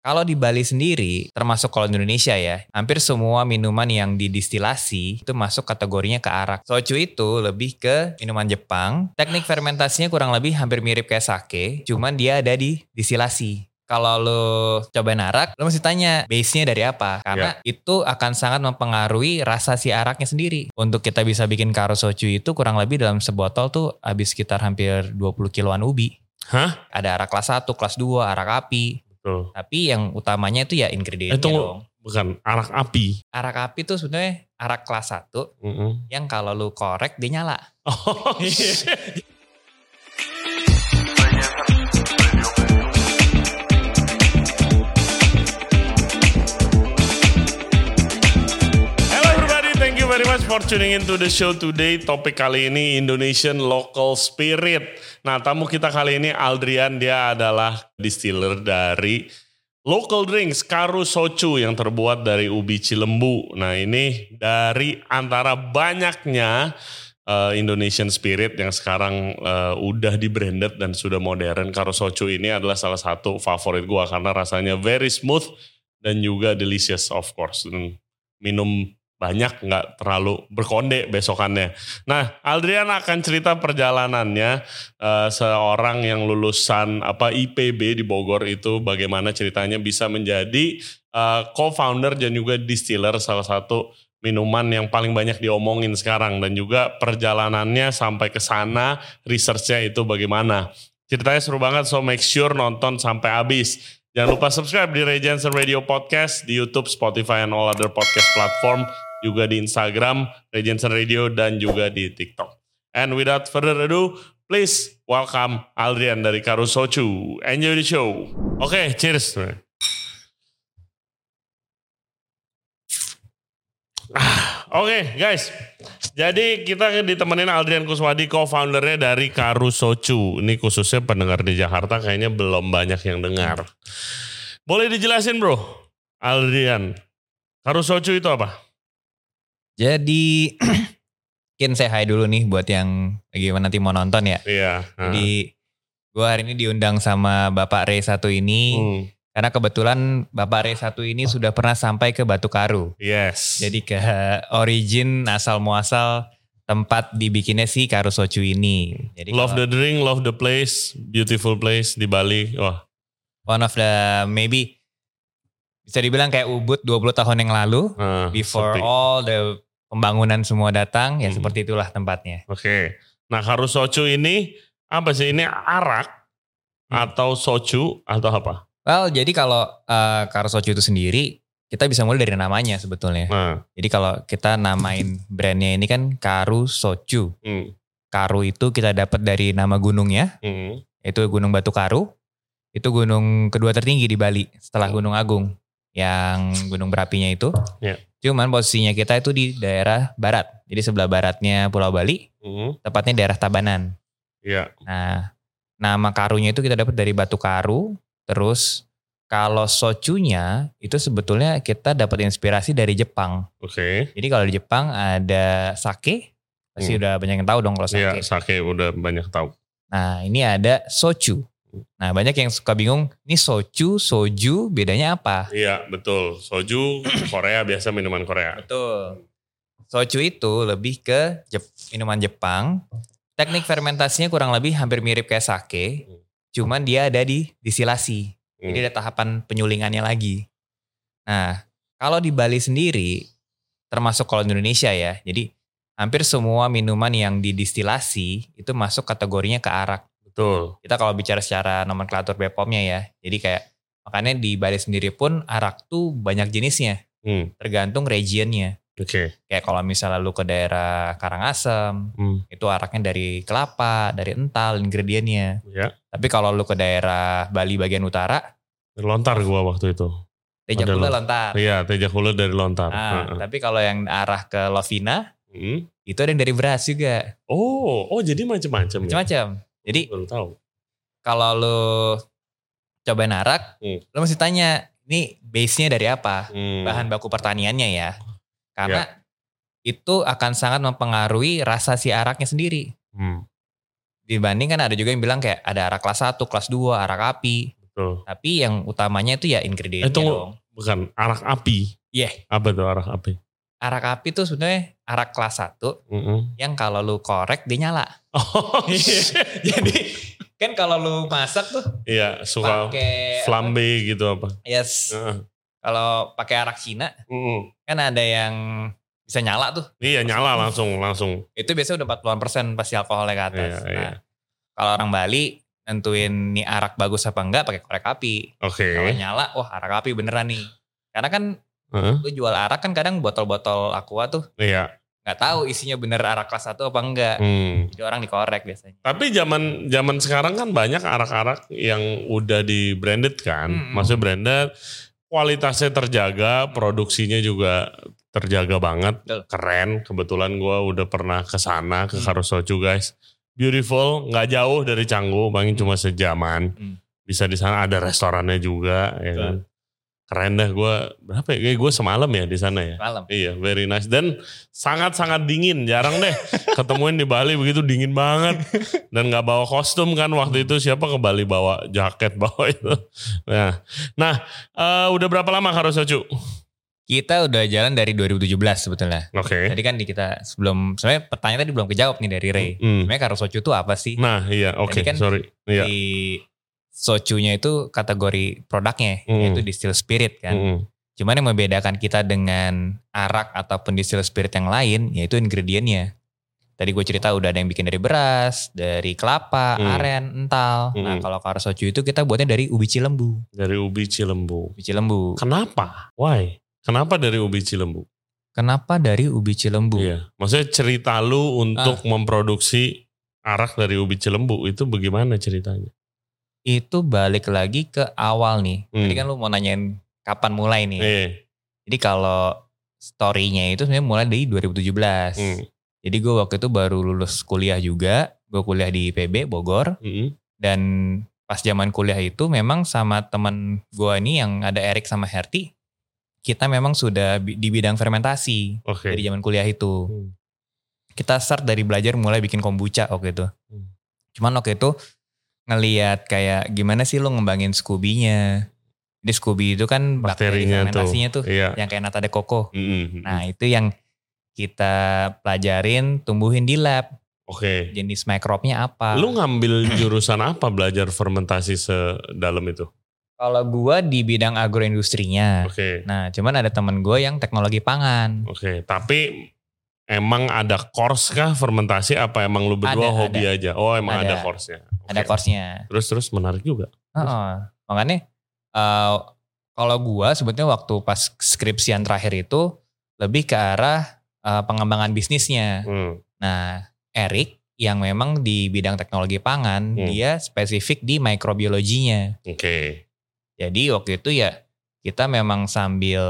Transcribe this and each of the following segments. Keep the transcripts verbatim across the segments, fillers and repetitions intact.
Kalau di Bali sendiri, termasuk kalau di Indonesia ya, hampir semua minuman yang didistilasi itu masuk kategorinya ke arak. Soju itu lebih ke minuman Jepang. Teknik fermentasinya kurang lebih hampir mirip kayak sake, cuman dia ada di distilasi. Kalau lo cobain arak, lo mesti tanya base-nya dari apa. Karena yeah. itu akan sangat mempengaruhi rasa si araknya sendiri. Untuk kita bisa bikin karo soju itu kurang lebih dalam sebotol tuh habis sekitar hampir dua puluh kiloan ubi. Hah? Ada arak kelas satu, kelas dua, arak api. Betul. Tapi yang utamanya itu ya ingredientnya itu, dong. Bukan, arak api. Arak api tuh sebenarnya arak kelas satu mm-hmm. yang kalau lu korek dia nyala. Oh, Thank you very much for tuning in to the show today. Topik kali ini Indonesian Local Spirit. Nah, tamu kita kali ini Aldrian, dia adalah distiller dari local drinks Karu Soju yang terbuat dari ubi cilembu. Nah, ini dari antara banyaknya uh, Indonesian Spirit yang sekarang uh, udah di-branded dan sudah modern. Karu Soju ini adalah salah satu favorit gua karena rasanya very smooth dan juga delicious of course. Dan minum banyak, nggak terlalu berkonde besokannya. Nah, Aldrian akan cerita perjalanannya uh, seorang yang lulusan apa I P B di Bogor itu bagaimana ceritanya bisa menjadi uh, co-founder dan juga distiller salah satu minuman yang paling banyak diomongin sekarang dan juga perjalanannya sampai ke sana, researchnya itu bagaimana. Ceritanya seru banget, so make sure nonton sampai habis. Jangan lupa subscribe di Ray Jensen Radio Podcast di YouTube, Spotify, and all other podcast platform. Juga di Instagram, Ray Jensen Radio, dan juga di TikTok. And without further ado, please welcome Aldrian dari Karu Soju. Enjoy the show. Oke, okay, cheers. Ah, Oke okay, guys, jadi kita ditemenin Aldrian Kuswadi, co-foundernya dari Karu Soju. Ini khususnya pendengar di Jakarta kayaknya belum banyak yang dengar. Boleh dijelasin bro, Aldrian, Karu Soju itu apa? Jadi, mungkin saya hai dulu nih buat yang lagi nanti mau nonton ya. Iya. Uh. Jadi, gue hari ini diundang sama Bapak Ray satu ini. Hmm. Karena kebetulan Bapak Ray satu ini sudah pernah sampai ke Batu Karu. Yes. Jadi ke origin asal muasal tempat dibikinnya si Karu Soju ini. Jadi love kalau, the drink, love the place, beautiful place di Bali. Wah. One of the maybe bisa dibilang kayak Ubud dua puluh tahun yang lalu. Uh, before seperti. all the pembangunan semua datang, ya hmm. seperti itulah tempatnya. Oke. Okay. Nah, Karu Soju ini apa sih? Ini arak hmm. atau soju atau apa? Well, jadi kalau uh, Karu Soju itu sendiri, kita bisa mulai dari namanya sebetulnya. Hmm. Jadi kalau kita namain brandnya ini kan Karu Soju. Hmm. Karu itu kita dapat dari nama gunungnya, hmm. yaitu Gunung Batu Karu. Itu gunung kedua tertinggi di Bali setelah hmm. Gunung Agung. Yang gunung berapinya itu. Yeah. Cuman posisinya kita itu di daerah barat. Jadi sebelah baratnya Pulau Bali. Mm. Tepatnya daerah Tabanan. Yeah. Nah, nama karunya itu kita dapat dari Batu Karu. Terus kalau sojunya itu sebetulnya kita dapat inspirasi dari Jepang. Oke. Okay. Jadi kalau di Jepang ada sake. Pasti mm. udah banyak yang tahu dong kalau sake. Iya, yeah, sake udah banyak tahu. Nah, ini ada soju. Nah, banyak yang suka bingung, ini soju, soju bedanya apa? Iya, betul. Soju Korea, biasa minuman Korea. Betul. Soju itu lebih ke Jep- minuman Jepang. Teknik fermentasinya kurang lebih hampir mirip kayak sake. Hmm. Cuman dia ada di distilasi. Hmm. Jadi ada tahapan penyulingannya lagi. Nah, kalau di Bali sendiri, termasuk kalau di Indonesia ya, jadi hampir semua minuman yang didistilasi itu masuk kategorinya ke arak. Betul. Kita kalau bicara secara nomenklatur B P O M-nya ya. Jadi kayak makanya di Bali sendiri pun arak tuh banyak jenisnya. Hmm. Tergantung regionnya. Oke. Okay. Kayak kalau misalnya lu ke daerah Karangasem, hmm. itu araknya dari kelapa, dari ental ingredientnya. Ya. Tapi kalau lu ke daerah Bali bagian utara, lontar gua waktu itu. Tejakula lontar. Iya, Tejakula dari lontar. Nah, uh-uh. Tapi kalau yang arah ke Lovina, hmm. itu ada yang dari beras juga. Oh, oh jadi macam-macam. Macam-macam. Ya? Jadi belum tahu. Kalau lo cobain arak, hmm. lo mesti tanya, ini base-nya dari apa? Hmm. Bahan baku pertaniannya ya. Karena ya. itu akan sangat mempengaruhi rasa si araknya sendiri. Hmm. Dibanding kan ada juga yang bilang kayak ada arak kelas satu, kelas dua, arak api. Betul. Tuh. Tapi yang utamanya itu ya ingredientnya Itu dong. bukan arak api. Iya. Yeah. Apa tuh arak api? Arak api tuh sebenarnya arak kelas satu Mm-hmm. yang kalau lu korek dia nyala. Oh, jadi kan kalau lu masak tuh iya, suka pakai flambe apa? Gitu apa? Yes. Uh. Kalau pakai arak Cina mm-hmm. kan ada yang bisa nyala tuh. Iya, nyala langsung langsung. Itu biasanya udah empat puluh persen pasti alkoholnya ke atas. Iya, nah, iya. kalau orang Bali nentuin nih arak bagus apa enggak pakai korek api. Oke. Okay. Kalau nyala, wah arak api beneran nih. Karena kan uh-huh. lu jual arak kan kadang botol-botol aqua tuh. Iya. Nggak tahu isinya bener arak kelas satu apa enggak. Hmm. Jadi orang dikorek biasanya. Tapi zaman zaman sekarang kan banyak arak-arak yang udah di branded kan. Hmm. Maksudnya branded, kualitasnya terjaga, produksinya juga terjaga banget. Betul. Keren. Kebetulan gue udah pernah ke sana ke Karosocu guys. Beautiful, nggak jauh dari Canggu, paling hmm. cuma sejaman. Hmm. Bisa di sana, ada restorannya juga, ya kan. Keren dah, gue berapa ya? Gue semalam ya di sana ya. Semalam. Iya, very nice dan sangat-sangat dingin. Jarang deh ketemuin di Bali begitu dingin banget dan nggak bawa kostum kan waktu itu. Siapa ke Bali bawa jaket bawa itu? Nah, nah uh, udah berapa lama Karosocu? Kita udah jalan dari dua ribu tujuh belas sebetulnya. Oke. Okay. Jadi kan di kita sebelum, sebenarnya pertanyaan tadi belum kejawab nih dari Ray. Mm. Sebenarnya Karosocu itu apa sih? Nah iya oke okay, kan sorry. Iya. Di socunya itu kategori produknya mm. yaitu distill spirit kan. Mm. Cuman yang membedakan kita dengan arak ataupun distill spirit yang lain yaitu ingredientnya. Tadi gue cerita udah ada yang bikin dari beras, dari kelapa, mm. aren, ental. Mm. Nah kalau Karosocu itu kita buatnya dari ubi cilembu. Dari ubi cilembu. Ubi cilembu. Kenapa? Why? Kenapa dari ubi cilembu? Kenapa dari ubi cilembu? Iya, maksudnya cerita lu untuk ah. memproduksi arak dari ubi cilembu itu bagaimana ceritanya? Itu balik lagi ke awal nih. Hmm. Tadi kan lu mau nanyain kapan mulai nih. Eh. Jadi kalau story-nya itu sebenarnya mulai dari dua ribu tujuh belas. Hmm. Jadi gue waktu itu baru lulus kuliah juga. Gue kuliah di I P B Bogor. Hmm. Dan pas zaman kuliah itu memang sama teman gue ini yang ada Erik sama Herti. Kita memang sudah di bidang fermentasi okay. dari zaman kuliah itu. Hmm. Kita start dari belajar mulai bikin kombucha waktu itu. Hmm. Cuman waktu itu ngelihat kayak gimana sih lo ngembangin Scooby-nya. Jadi Scooby itu kan bakteri fermentasinya tuh, tuh iya. yang kayak nata de coco. Mm-hmm. Nah itu yang kita pelajarin, tumbuhin di lab. Oke. Okay. Jenis mikrobnya apa. Lu ngambil jurusan apa belajar fermentasi sedalam itu? Kalau gue di bidang agroindustrinya. Oke. Okay. Nah, cuman ada teman gue yang teknologi pangan. Oke, okay. Tapi emang ada course kah fermentasi apa emang lu berdua ada, hobi ada. aja? Oh, emang ada, ada course-nya. Okay. Ada course-nya. Terus terus menarik juga. Oh, makanya uh, kalau gue sebetulnya waktu pas skripsian terakhir itu lebih ke arah uh, pengembangan bisnisnya. Hmm. Nah, Erik yang memang di bidang teknologi pangan, hmm. dia spesifik di mikrobiologinya. Oke. Okay. Jadi waktu itu ya kita memang sambil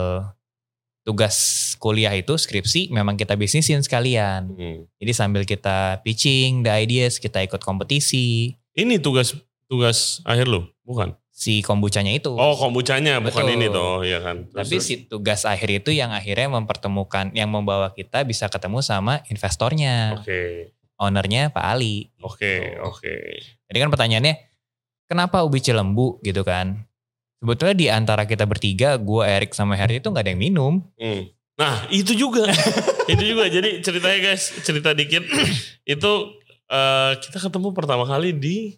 tugas kuliah itu skripsi memang kita bisnisin sekalian. Hmm. Jadi sambil kita pitching the ideas, kita ikut kompetisi. Ini tugas tugas akhir lo, bukan? Si kombuchanya itu. Oh kombuchanya bukan ini toh, ya kan. Terus, Tapi terus. si tugas akhir itu yang akhirnya mempertemukan, yang membawa kita bisa ketemu sama investornya. Oke. Okay. Ownernya Pak Ali. Oke okay, gitu. oke. Okay. Jadi kan pertanyaannya kenapa ubi cilembu gitu kan? Sebetulnya di antara kita bertiga, gue, Erik sama Harry itu gak ada yang minum. Hmm. Nah itu juga, itu juga. Jadi ceritanya guys, cerita dikit. Itu uh, kita ketemu pertama kali di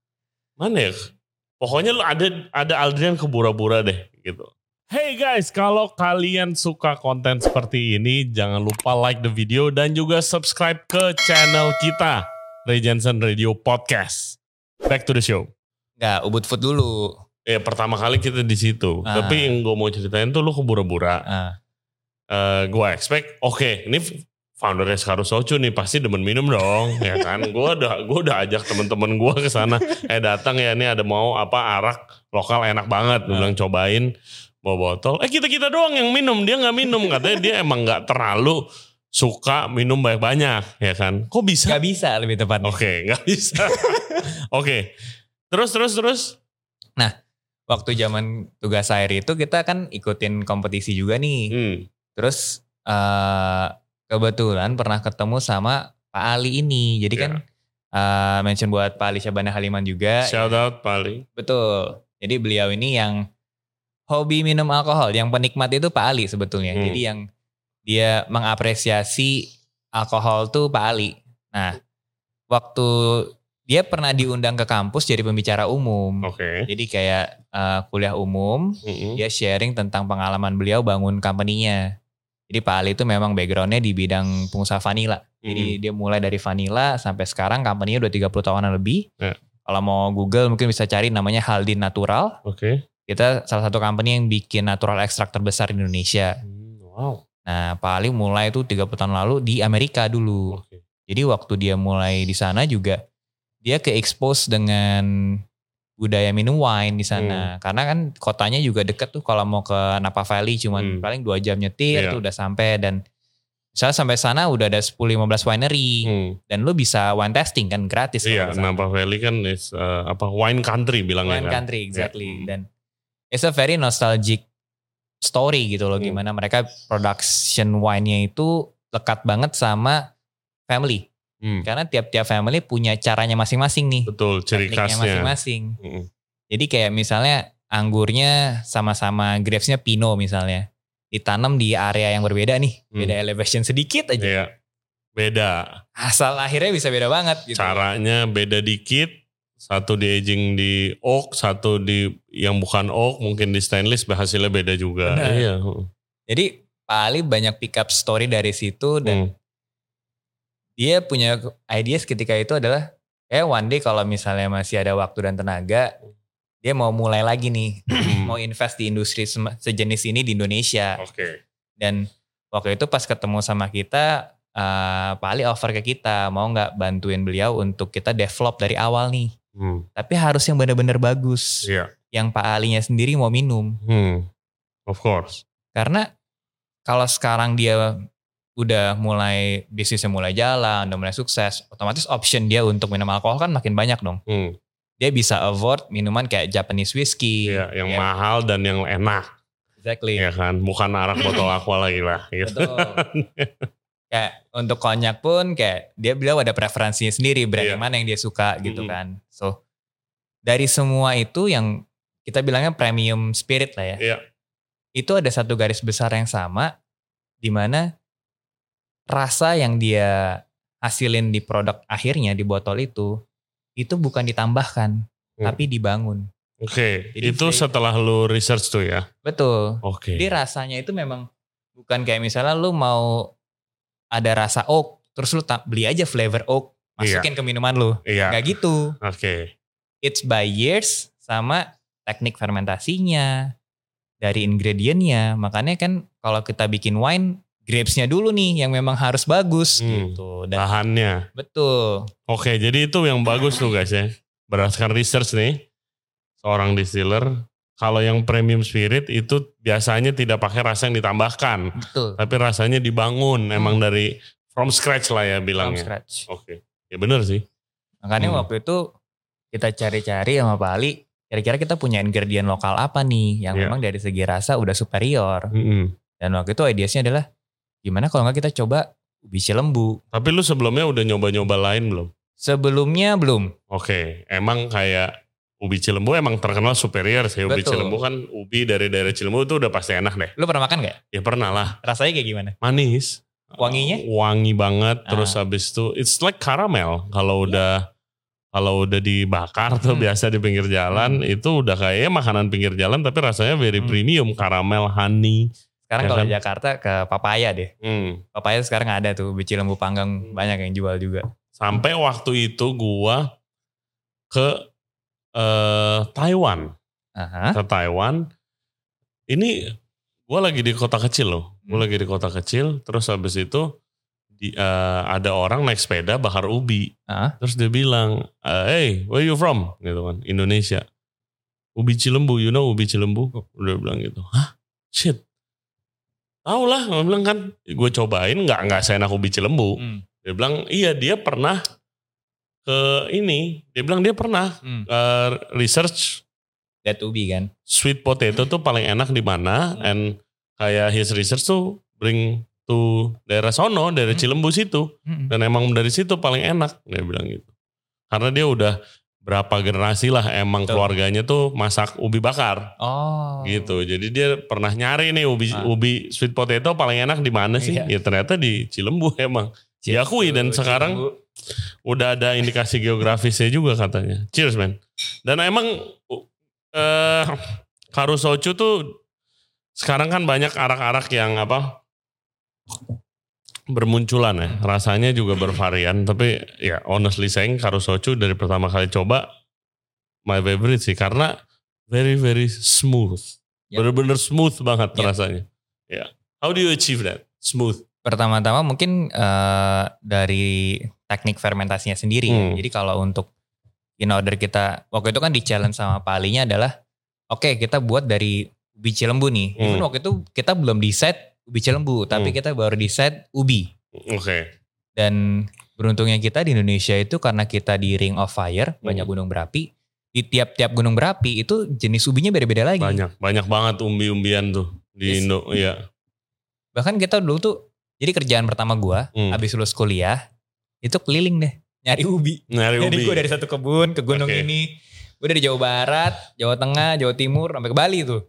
mana ya? Pokoknya lu ada ada Aldrian ke Bura-Bura deh gitu. Hey guys, kalau kalian suka konten seperti ini, jangan lupa like the video dan juga subscribe ke channel kita, Ray Jensen Radio Podcast. Back to the show. Nggak, Ubud Food dulu. Ya pertama kali kita di situ. Ah. Tapi yang gue mau ceritain tuh lu ke Bura-Bura. Ah. Uh, gue expect, oke, okay, ini foundernya Karosocu nih pasti demen minum dong, ya kan? Gue udah gue udah ajak temen-temen gue ke sana. Eh datang ya, ini ada mau apa arak lokal enak banget. Gue ah. bilang cobain bawa botol. Eh kita kita doang yang minum, dia nggak minum. Katanya dia emang nggak terlalu suka minum banyak-banyak, ya kan? Kok bisa? Gak bisa lebih tepatnya. Oke, okay, nggak bisa. Oke, okay. terus terus terus. Nah. Waktu zaman tugas akhir itu kita kan ikutin kompetisi juga nih. Hmm. Terus uh, kebetulan pernah ketemu sama Pak Ali ini. Jadi yeah. kan uh, mention buat Pak Ali Syabana Haliman juga. Shout out Pak Ali. Betul. Jadi beliau ini yang hobi minum alkohol, yang penikmat itu Pak Ali sebetulnya. Hmm. Jadi yang dia mengapresiasi alkohol tuh Pak Ali. Nah, waktu dia pernah diundang ke kampus jadi pembicara umum. Oke. Okay. Jadi kayak uh, kuliah umum, mm-hmm. dia sharing tentang pengalaman beliau bangun company-nya. Jadi Pak Ali itu memang background-nya di bidang pengusaha vanilla. Mm-hmm. Jadi dia mulai dari vanilla sampai sekarang company-nya udah tiga puluh tahunan lebih. Yeah. Kalau mau Google mungkin bisa cari namanya Haldin Natural. Oke. Okay. Kita salah satu company yang bikin natural extract terbesar di Indonesia. Wow. Nah, Pak Ali mulai itu tiga puluh tahun lalu di Amerika dulu. Okay. Jadi waktu dia mulai di sana juga dia ke-expose dengan budaya minum wine di sana. Hmm. Karena kan kotanya juga deket tuh kalau mau ke Napa Valley cuman hmm. paling dua jam nyetir yeah. tuh udah sampai. Dan misalnya sampai sana udah ada sepuluh lima belas winery. Hmm. Dan lu bisa wine testing kan gratis. Iya, yeah, Napa Valley kan is, uh, apa wine country bilangnya wine kan. Wine country, exactly. Yeah. Dan it's a very nostalgic story gitu loh. Hmm. Gimana mereka production wine-nya itu lekat banget sama family. Hmm. Karena tiap-tiap family punya caranya masing-masing nih. Betul, ciri khasnya masing-masing. Hmm. Jadi kayak misalnya anggurnya sama-sama grapes-nya Pinot misalnya. Ditanam di area yang berbeda nih. Hmm. Beda elevation sedikit aja. Iya. Beda. Asal akhirnya bisa beda banget gitu. Caranya beda dikit. Satu di aging di oak, satu di yang bukan oak, mungkin di stainless, hasilnya beda juga. Benar. Iya. Jadi Pak Ali banyak pick up story dari situ dan hmm. dia punya ideas ketika itu adalah eh one day kalau misalnya masih ada waktu dan tenaga, dia mau mulai lagi nih, mau invest di industri sejenis ini di Indonesia. Oke. Okay. Dan waktu itu pas ketemu sama kita, uh, Pak Ali offer ke kita, mau nggak bantuin beliau untuk kita develop dari awal nih. Hmm. Tapi harus yang benar-benar bagus. Yeah. Yang Pak Alinya sendiri mau minum. Hmm. Of course. Karena kalau sekarang dia udah mulai bisnisnya mulai jalan, udah mulai sukses, otomatis option dia untuk minum alkohol kan makin banyak dong. Hmm. Dia bisa afford minuman kayak Japanese whiskey. Iya, yang ya. mahal dan yang enak. Exactly. Ya kan, bukan arak botol aqua lagi lah. Gitu. Betul. Kayak untuk konyak pun kayak dia beliau ada preferensinya sendiri, brand yeah. yang mana yang dia suka gitu mm-hmm. kan. So dari semua itu yang kita bilangnya premium spirit lah ya. Yeah. Itu ada satu garis besar yang sama di mana rasa yang dia hasilin di produk akhirnya di botol itu itu bukan ditambahkan hmm. tapi dibangun. Oke, okay. Itu saya, setelah lu research tuh ya? Betul. Oke. Okay. Jadi rasanya itu memang bukan kayak misalnya lu mau ada rasa oak, terus lu beli aja flavor oak, masukin iya. ke minuman lu. Iya. Gak gitu. Oke. Okay. It's by years sama teknik fermentasinya, dari ingredientnya. Makanya kan kalau kita bikin wine, grapes-nya dulu nih yang memang harus bagus hmm, gitu. Dan bahannya. Betul. Oke, jadi itu yang bagus tuh guys ya. Berdasarkan research nih, seorang distiller, kalau yang premium spirit itu biasanya tidak pakai rasa yang ditambahkan. Betul. Tapi rasanya dibangun hmm. emang dari from scratch lah ya bilangnya. From scratch. Oke. Ya benar sih. Makanya hmm. waktu itu kita cari-cari sama Pak Ali, kira-kira kita punya ingredient lokal apa nih yang yeah. memang dari segi rasa udah superior. Hmm. Dan waktu itu ideasnya adalah gimana kalau nggak kita coba ubi cilembu. Tapi lu sebelumnya udah nyoba-nyoba lain belum? Sebelumnya belum. Oke. Emang kayak ubi cilembu emang terkenal superior sih. Ubi Betul. cilembu kan ubi dari daerah Cilembu itu udah pasti enak deh. Lu pernah makan gak? Ya pernah lah. Rasanya kayak gimana? Manis. Wanginya? Uh, wangi banget. Ah. Terus habis itu it's like caramel. Kalau udah kalau udah dibakar tuh hmm. biasa di pinggir jalan hmm. itu udah kayaknya makanan pinggir jalan tapi rasanya very hmm. premium. Caramel, honey. Sekarang ya kalau kan? di Jakarta ke Papaya deh. Hmm. Papaya sekarang ada tuh ubi cilembu panggang hmm. banyak yang jual juga. Sampai waktu itu gua ke Uh, Taiwan, Aha. ke Taiwan. Ini gue lagi di kota kecil loh, gue hmm. lagi di kota kecil. Terus habis itu di, uh, ada orang naik sepeda bakar ubi. Aha. Terus dia bilang, uh, hey, where you from? Gitu kan, Indonesia. Ubi Cilembu, you know ubi Cilembu? Udah bilang gitu. Hah, shit. Tahu lah, gue bilang kan, gue cobain nggak nggak seenak ubi Cilembu. Hmm. Dia bilang, iya dia pernah. Ke ini, dia bilang dia pernah hmm. uh, research that ubi kan, sweet potato tuh paling enak di mana, hmm. and kayak his research tuh bring to daerah sono, daerah hmm. Cilembu situ, hmm. dan emang dari situ paling enak, dia bilang gitu. Karena dia udah berapa generasi lah emang Betul. keluarganya tuh masak ubi bakar. Oh. Gitu. Jadi dia pernah nyari nih ubi Ah. ubi sweet potato paling enak di mana sih? Iya. Ya ternyata di Cilembu emang. Diakui dan Cilembu. sekarang udah ada indikasi geografisnya juga katanya. Cheers man. Dan emang eh Karu Soju tuh sekarang kan banyak arak-arak yang apa bermunculan ya. Rasanya juga bervarian. Tapi ya honestly saying Karu Soju dari pertama kali coba my favorite sih. Karena very very smooth. Yep. Bener-bener smooth banget Yep. rasanya. Ya. Yeah. How do you achieve that? Smooth. Pertama-tama mungkin uh, dari teknik fermentasinya sendiri. Hmm. Ya. Jadi kalau untuk in order kita, waktu itu kan di challenge sama Pak Alinya adalah, oke okay, kita buat dari ubi Cilembu nih. Hmm. Even waktu itu kita belum decide ubi Cilembu, tapi Hmm. kita baru decide ubi. Oke. Okay. Dan beruntungnya kita di Indonesia itu karena kita di Ring of Fire, Hmm. banyak gunung berapi. Di tiap-tiap gunung berapi itu jenis ubinya beda-beda lagi. Banyak, banyak banget umbi-umbian tuh di Yes. Indo. Iya. Bahkan kita dulu tuh, jadi kerjaan pertama gua, Hmm. habis lulus kuliah, itu keliling deh, nyari ubi. Nyari Jadi ubi. gue dari satu kebun ke gunung Oke. ini. Gue dari Jawa Barat, Jawa Tengah, Jawa Timur, sampai ke Bali tuh.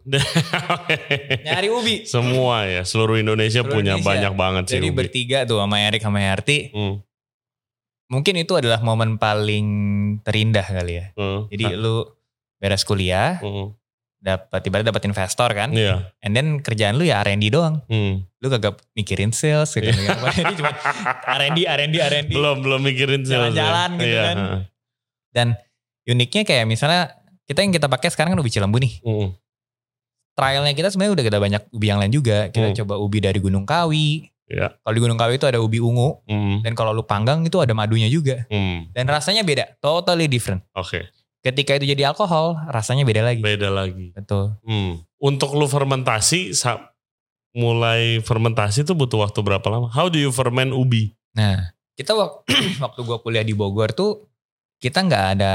Nyari ubi. Semua ya, seluruh Indonesia Seluruh punya Indonesia. banyak banget sih Jadi ubi. bertiga tuh sama Erik sama Yarti. Hmm. Mungkin itu adalah momen paling terindah kali ya. Hmm. Jadi lu beres kuliah, Hmm. dapat tiba-tiba dapat investor kan. Iya. And then kerjaan lu ya R and D doang. Hmm. Lu kagak mikirin sales, kagak mikirin apa. Jadi cuma R and D, R and D, R and D. Belum belum mikirin sales ya. Jalan-jalan gitu Iya. kan. Dan uniknya kayak misalnya kita yang kita pakai sekarang kan ubi Cilembu nih. Hmm. Trialnya kita sebenarnya udah kita banyak ubi yang lain juga. Kita Hmm. coba ubi dari Gunung Kawi. Iya. Kalau di Gunung Kawi itu ada ubi ungu. Hmm. Dan kalau lu panggang itu ada madunya juga. Hmm. Dan rasanya beda. Totally different. Oke. Ketika itu jadi alkohol, rasanya beda lagi. Beda lagi. Betul. Hmm. Untuk lu fermentasi, sa- mulai fermentasi itu butuh waktu berapa lama? How do you ferment ubi? Nah, kita wak- waktu gua kuliah di Bogor tuh, kita nggak ada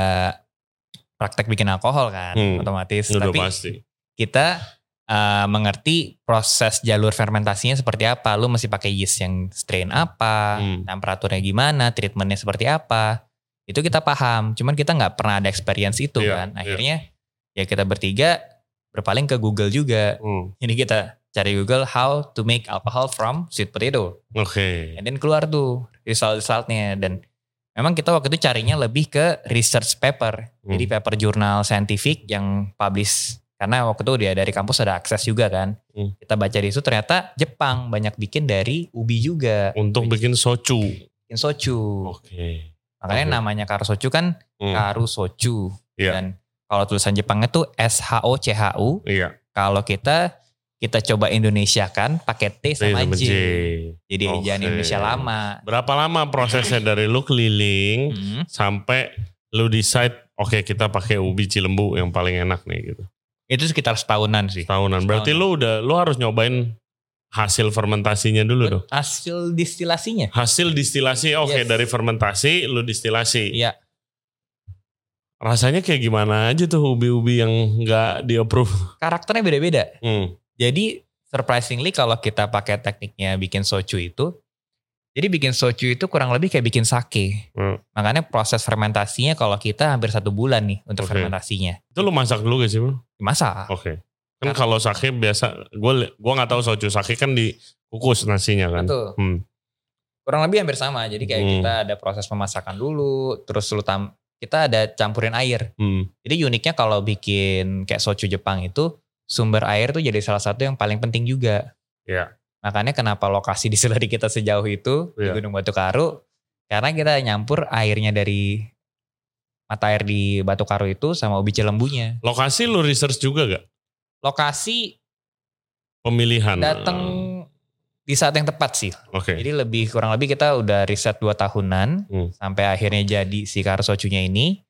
praktek bikin alkohol kan, Hmm. otomatis. Udah Tapi pasti. kita uh, mengerti proses jalur fermentasinya seperti apa. Lu mesti pakai yeast yang strain apa, Hmm. temperaturnya gimana, treatmentnya seperti apa. Itu kita paham. Cuman kita nggak pernah ada experience itu Iya, kan. iya. Akhirnya ya kita bertiga berpaling ke Google juga. Hmm. Jadi kita cari Google how to make alcohol from sweet potato. Oke. And then keluar tuh result-resultnya. Dan memang kita waktu itu carinya lebih ke research paper. Hmm. Jadi paper jurnal scientific yang publish. Karena waktu itu dia dari kampus ada akses juga kan. Hmm. Kita baca di situ ternyata Jepang banyak bikin dari ubi juga. Untuk bikin soju. Bikin soju. Oke. Makanya Oke. namanya Karu Soju kan Hmm. Karu Soju. Iya. Dan kalau tulisan Jepangnya tuh S H O C H U. Iya. Kalau kita kita coba Indonesia kan pakai T sama Sama J. J. Jadi Oke. ejaan Indonesia lama. Berapa lama prosesnya dari lu keliling Hmm. sampai lu decide oke kita pakai ubi Cilembu yang paling enak nih gitu. Itu sekitar setahunan sih. Tahunan. Berarti lu udah lu harus nyobain hasil fermentasinya dulu dong. Hasil distilasinya. Hasil distilasi oke Yes. dari fermentasi lu distilasi. Iya. Rasanya kayak gimana aja tuh ubi-ubi yang nggak di approve. Karakternya beda-beda. Hmm. Jadi surprisingly kalau kita pakai tekniknya bikin soju itu. Jadi bikin soju itu kurang lebih kayak bikin sake. Hmm. Makanya proses fermentasinya kalau kita hampir satu bulan nih untuk Oke. fermentasinya. Itu lu masak dulu gak sih bro? Dimasak. Oke. Kan Karena- kalau sake biasa, gue gua nggak tahu soju sake kan dikukus nasinya kan. Betul. Hmm. Kurang lebih hampir sama. Jadi kayak Hmm. kita ada proses pemasakan dulu. Terus lu tam kita ada campurin air. Hmm. Jadi uniknya kalau bikin kayak soju Jepang itu sumber air tuh jadi salah satu yang paling penting juga. Iya. Makanya kenapa lokasi di Seleri kita sejauh itu di Iya. Gunung Batu Karu. Karena kita nyampur airnya dari mata air di Batu Karu itu sama ubi Cilembunya. Lokasi lu research juga gak? Lokasi Pemilihan. datang di saat yang tepat sih. Oke. Jadi lebih kurang lebih kita udah riset dua tahunan Hmm. sampai akhirnya jadi si Karu Sojunya ini.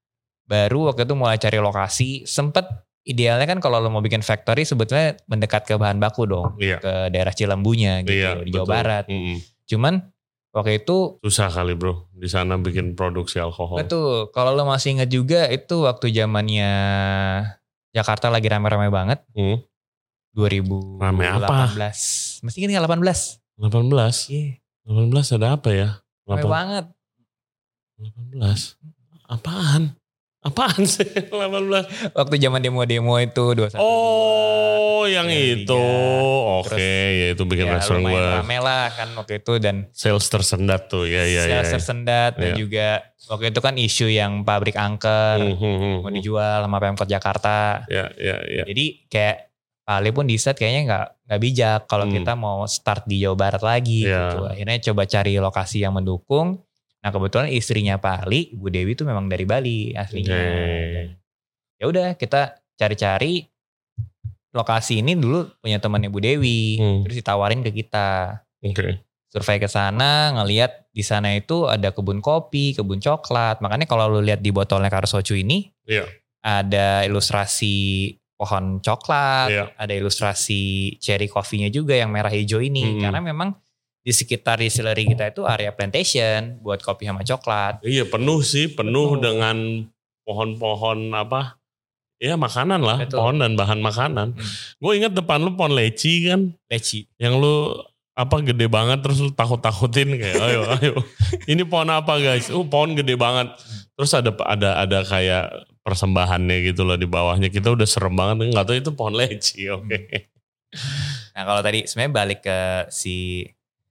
Baru waktu itu mulai cari lokasi. Sempet idealnya kan kalau lo mau bikin factory sebetulnya mendekat ke bahan baku dong. Iya. Ke daerah Cilembunya gitu Iya, di Jawa betul. Barat. Mm-mm. Cuman waktu itu Susah kali bro di sana bikin produksi alkohol. betul. Kalau lo masih ingat juga itu waktu zamannya Jakarta lagi rame-rame banget. Hmm. dua ribu delapan belas. Rame apa? Mesti ingat delapan belas? delapan belas. Iya. delapan belas ada apa ya? Rame delapan banget. delapan belas. Apaan? Apaan sih delapan belas? Waktu zaman demo-demo itu dua satu dua. Oh, yang itu. Oke, Terus, ya itu bikin ya, restoran gue. lumayan rame lah kan waktu itu dan Sales tersendat tuh, ya ya sales ya. tersendat dan Ya. juga waktu itu kan isu yang pabrik angker Hmm, hmm, hmm, mau hmm. dijual sama Pemkot Jakarta. Ya ya ya. Jadi kayak Pak Ali pun di set kayaknya nggak nggak bijak kalau Hmm. kita mau start di Jawa Barat lagi Ya. gitu. Akhirnya coba cari lokasi yang mendukung. Nah kebetulan istrinya Pak Ali, Bu Dewi itu memang dari Bali aslinya. Oke. Ya udah kita cari-cari lokasi ini dulu punya temannya Bu Dewi, Hmm. terus ditawarin ke kita. Oke. Survei ke sana, ngelihat di sana itu ada kebun kopi, kebun coklat. Makanya kalau lu lihat di botolnya Karo Soju ini, Iya. ada ilustrasi pohon coklat, Iya. ada ilustrasi cherry coffee-nya juga yang merah hijau ini. Hmm. Karena memang di sekitar distillery kita itu area plantation buat kopi sama coklat. Iya penuh sih, penuh Betul. dengan pohon-pohon apa? Ya makanan lah, Betul. pohon dan bahan makanan. Hmm. Gue ingat depan lu pohon leci kan, Leci. yang lu apa gede banget terus lu takut-takutin kayak ayo ayo. Ini pohon apa guys? Oh pohon gede banget. Terus ada ada ada kayak persembahannya gitu loh di bawahnya. Kita udah serem banget nggak tahu itu pohon leci. Oke. Nah kalau tadi sebenarnya balik ke si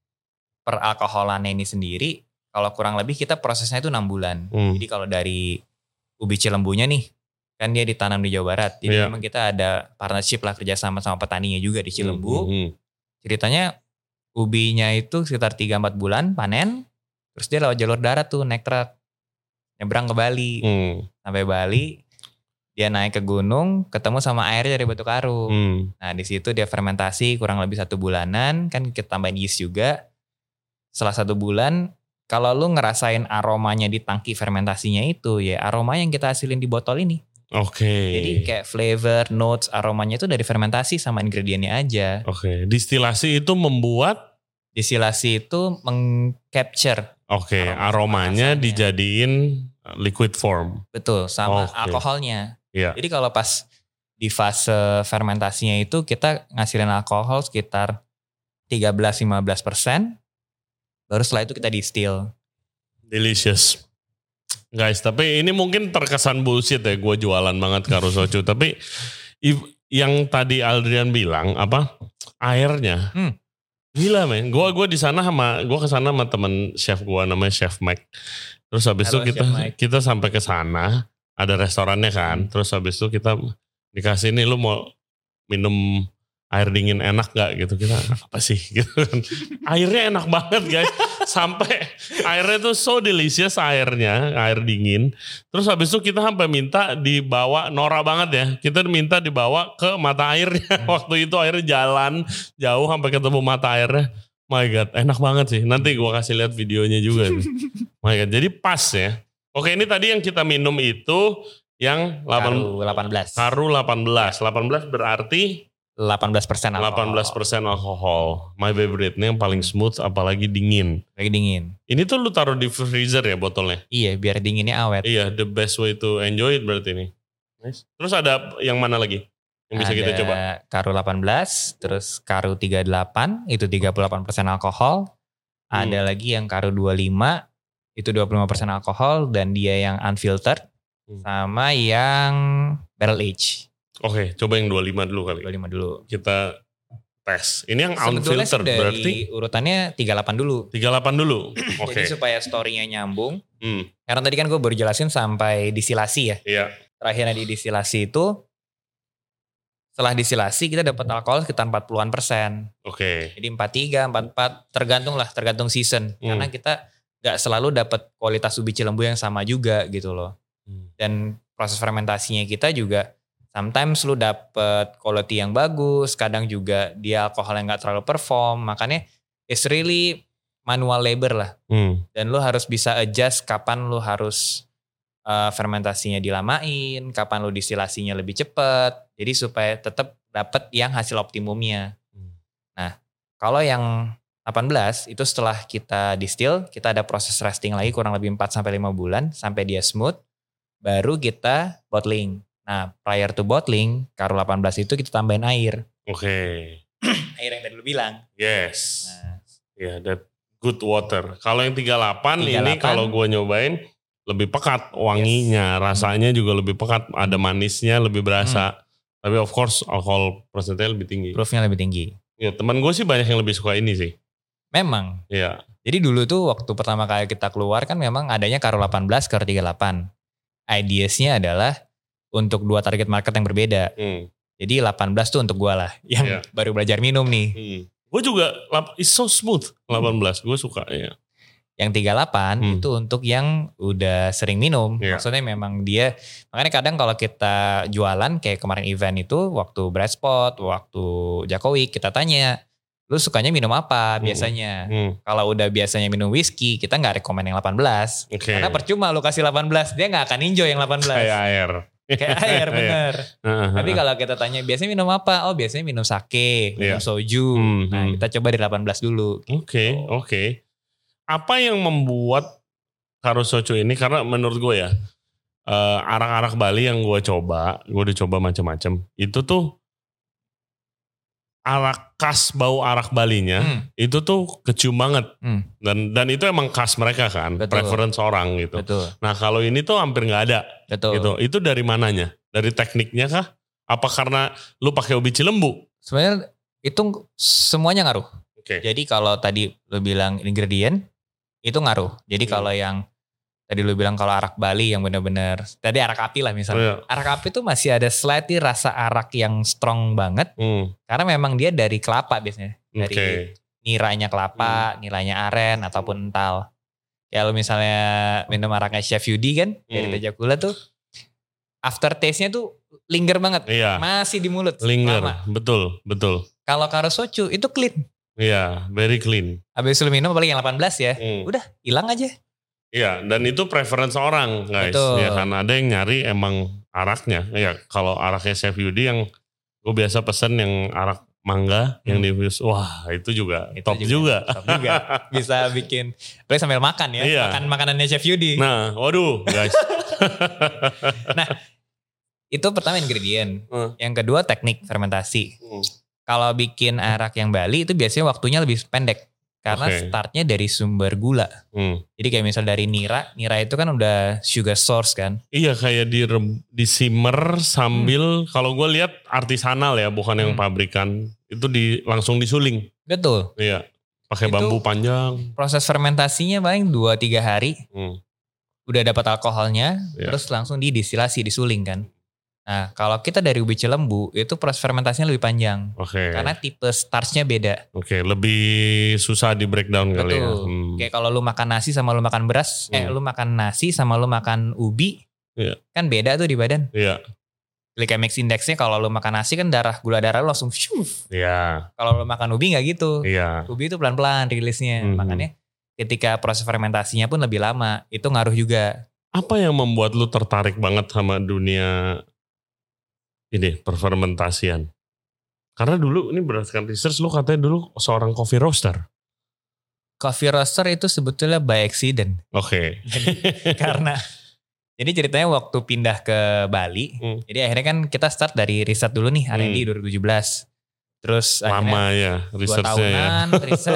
peralkoholannya ini sendiri, kalau kurang lebih kita prosesnya itu enam bulan. Hmm. Jadi kalau dari ubi Cilembunya nih, kan dia ditanam di Jawa Barat. Jadi Iya. memang kita ada partnership lah kerjasama sama petaninya juga di Cilembu. Hmm, hmm, Ceritanya ubinya itu sekitar tiga sampai empat bulan panen, terus dia lewat jalur darat tuh naik truk, nyebrang ke Bali. hmm, Sampai Bali, dia naik ke gunung, ketemu sama airnya dari Batu Karu. hmm. Nah di situ dia fermentasi kurang lebih satu bulanan, kan kita tambahin yeast juga. Setelah satu bulan, kalau lu ngerasain aromanya di tangki fermentasinya itu, ya aroma yang kita hasilin di botol ini. Oke. Jadi kayak flavor, notes, aromanya itu dari fermentasi sama ingredientnya aja. Oke, distilasi itu membuat Distilasi itu meng-capture, oke Aroma aromanya rasanya. dijadiin liquid form. betul, sama Oke. alkoholnya. Iya. Jadi kalau pas di fase fermentasinya itu kita ngasilin alkohol sekitar tiga belas sampai lima belas persen. Baru setelah itu kita distill. Delicious. Guys, tapi ini mungkin terkesan bullshit ya, gue jualan banget Karo Soju. Tapi if- yang tadi Aldrian bilang apa airnya, Hmm. gila men. Gue gue di sana sama gue kesana sama temen chef gue namanya Chef Mike. Terus habis Halo, itu kita Chef Mike. kita sampai ke sana ada restorannya kan. Hmm. Terus habis itu kita dikasih nih lu mau minum air dingin enak gak gitu, kita apa sih gitu kan. Airnya enak banget guys, sampai airnya tuh so delicious airnya, air dingin. Terus habis itu kita sampai minta dibawa, norak banget ya, kita minta dibawa ke mata airnya. Waktu itu airnya jalan jauh sampai ketemu mata airnya. My God, enak banget sih, nanti gua kasih lihat videonya juga nih. My God, jadi pas ya. Oke, ini tadi yang kita minum itu yang Karu delapan belas. Karu delapan belas. delapan belas berarti delapan belas persen alkohol. delapan belas persen alkohol. My favorite, ini yang paling smooth apalagi dingin. Lagi dingin. Ini tuh lu taruh di freezer ya botolnya? Iya, biar dinginnya awet. Iya, the best way to enjoy it berarti ini. Nice. Terus ada yang mana lagi yang bisa Ada kita coba? Karu delapan belas, terus Karu tiga puluh delapan, itu tiga puluh delapan persen alkohol. Hmm. Ada lagi yang Karu dua puluh lima, itu dua puluh lima persen alkohol, dan dia yang unfiltered, Hmm. sama yang barrel age. Oke, coba yang dua puluh lima dulu kali. dua puluh lima dulu. Kita tes. Ini yang Sebetulnya sih unfiltered dari berarti urutannya tiga puluh delapan dulu. tiga puluh delapan dulu. Oke. Jadi supaya story-nya nyambung. Hmm, Karena tadi kan gue baru jelasin sampai distilasi ya. iya. Terakhirnya di distilasi itu, setelah distilasi kita dapat alkohol sekitar empat puluhan persen. Oke. Jadi empat puluh tiga, empat puluh empat, tergantung lah, tergantung season. Hmm. Karena kita gak selalu dapat kualitas ubi Cilembu yang sama juga gitu loh. Hmm. Dan proses fermentasinya kita juga, sometimes lu dapet quality yang bagus, kadang juga dia alkohol yang gak terlalu perform. Makanya it's really manual labor lah. Hmm. Dan lu harus bisa adjust kapan lu harus uh, fermentasinya dilamain, kapan lu distilasinya lebih cepat. Jadi supaya tetap dapat yang hasil optimumnya. Hmm. Nah, kalau yang delapan belas itu setelah kita distill, kita ada proses resting lagi kurang lebih empat sampai lima bulan sampai dia smooth, baru kita bottling. Nah, prior to bottling, Karu delapan belas itu kita tambahin air. Oke. Air yang tadi lu bilang. Yes. Nah, Ya, that good water. Kalau yang tiga puluh delapan tiga puluh ini delapan. kalau gue nyobain lebih pekat wanginya, yes. rasanya juga lebih pekat, ada manisnya lebih berasa. Hmm. Tapi of course alkohol persentasenya lebih tinggi. Proofnya lebih tinggi. Ya teman gue sih banyak yang lebih suka ini sih. Memang. Iya. Jadi dulu tuh waktu pertama kali kita keluar kan memang adanya Karo delapan belas, Karo tiga puluh delapan. Ideasnya adalah untuk dua target market yang berbeda. Hmm. Jadi delapan belas tuh untuk gue lah yang yeah. baru belajar minum nih. Hmm. Gue juga, it's so smooth delapan belas, gue suka ya. Yang tiga puluh delapan hmm. itu untuk yang udah sering minum. Yeah. Maksudnya memang dia, makanya kadang kalau kita jualan kayak kemarin event itu waktu Bright Spot, waktu Jokowi kita tanya, lu sukanya minum apa biasanya? Hmm. Hmm. Kalau udah biasanya minum whisky, kita gak rekomen yang delapan belas. Okay. Karena percuma lu kasih delapan belas, dia gak akan enjoy yang delapan belas. Kayak air. Kayak air bener. Tapi kalau kita tanya biasanya minum apa? Oh biasanya minum sake, minum yeah. soju. Hmm. Nah kita coba di delapan belas dulu. Oke, gitu. oke. Okay, okay. Apa yang membuat Karo Soju ini, karena menurut gue ya, uh, arak-arak Bali yang gue coba, gue udah coba macam-macam, itu tuh arak khas bau arak Balinya, hmm. itu tuh kecium banget. Hmm. Dan dan itu emang khas mereka kan, betul. Preference orang gitu. Betul. Nah kalau ini tuh hampir gak ada. Betul. Gitu. Itu dari mananya? Dari tekniknya kah? Apa karena lu pakai ubi Cilembu? Sebenarnya itu semuanya ngaruh. Okay. Jadi kalau tadi lu bilang ingredient, itu ngaruh. Jadi hmm. kalau yang tadi lu bilang kalau arak Bali yang benar-benar tadi arak api lah misalnya. Oh, iya. Arak api tuh masih ada slightly rasa arak yang strong banget. Hmm. Karena memang dia dari kelapa biasanya. Dari okay. niranya kelapa, hmm. nilainya aren ataupun ental. Kalau misalnya minum araknya Chef Yudi kan hmm. dari Tajakula tuh after taste-nya tuh linger banget. Iya. Masih di mulut. Linger. Lama. Betul, betul. Kalau Karo Soju itu clean. Iya, very clean. Habis lu minum apalagi yang delapan belas ya, hmm. udah hilang aja. Iya, dan itu preference orang guys. Betul. Ya kan ada yang nyari emang araknya. Ya kalau araknya Chef Yudi yang gue biasa pesen yang arak mangga hmm. yang diffuse, wah itu juga itu top juga. juga. Top juga. Bisa bikin, lu sambil makan ya, iya. makan makanannya Chef Yudi. Nah, waduh guys. Nah, itu pertama ingredient. Hmm. Yang kedua teknik fermentasi. Hmm. Kalau bikin arak yang Bali itu biasanya waktunya lebih pendek. Karena okay. startnya dari sumber gula. Hmm. Jadi kayak misal dari nira. Nira itu kan udah sugar source kan. Iya kayak di, di simmer sambil. Hmm. Kalau gue lihat artisanal ya. Bukan hmm. yang pabrikan. Itu di, langsung disuling. Betul. Iya. Pakai bambu panjang. Proses fermentasinya paling dua tiga hari. Hmm. Udah dapat alkoholnya. Yeah. Terus langsung didistilasi, disuling kan. Nah kalau kita dari ubi Cilembu itu proses fermentasinya lebih panjang. Oke. Okay. Karena tipe starchnya beda. Oke, okay, lebih susah di breakdown kali ya. Hmm. Kayak kalau lu makan nasi sama lu makan beras, hmm. eh lu makan nasi sama lu makan ubi, yeah. kan beda tuh di badan. Iya. Yeah. Glycemic indexnya kalau lu makan nasi kan darah gula darah lu langsung syuf. Iya. Yeah. Kalau lu makan ubi nggak gitu. Iya. Yeah. Ubi itu pelan-pelan rilisnya. Hmm. Makanya ketika proses fermentasinya pun lebih lama, itu ngaruh juga. Apa yang membuat lu tertarik banget sama dunia ini perfermentasian? Karena dulu ini berdasarkan research lu katanya dulu seorang coffee roaster. Coffee roaster itu sebetulnya by accident. Oke. Okay. Karena jadi ceritanya waktu pindah ke Bali, hmm. jadi akhirnya kan kita start dari riset dulu nih R and D hmm. dua ribu tujuh belas. Terus lama ya risetnya ya. riset.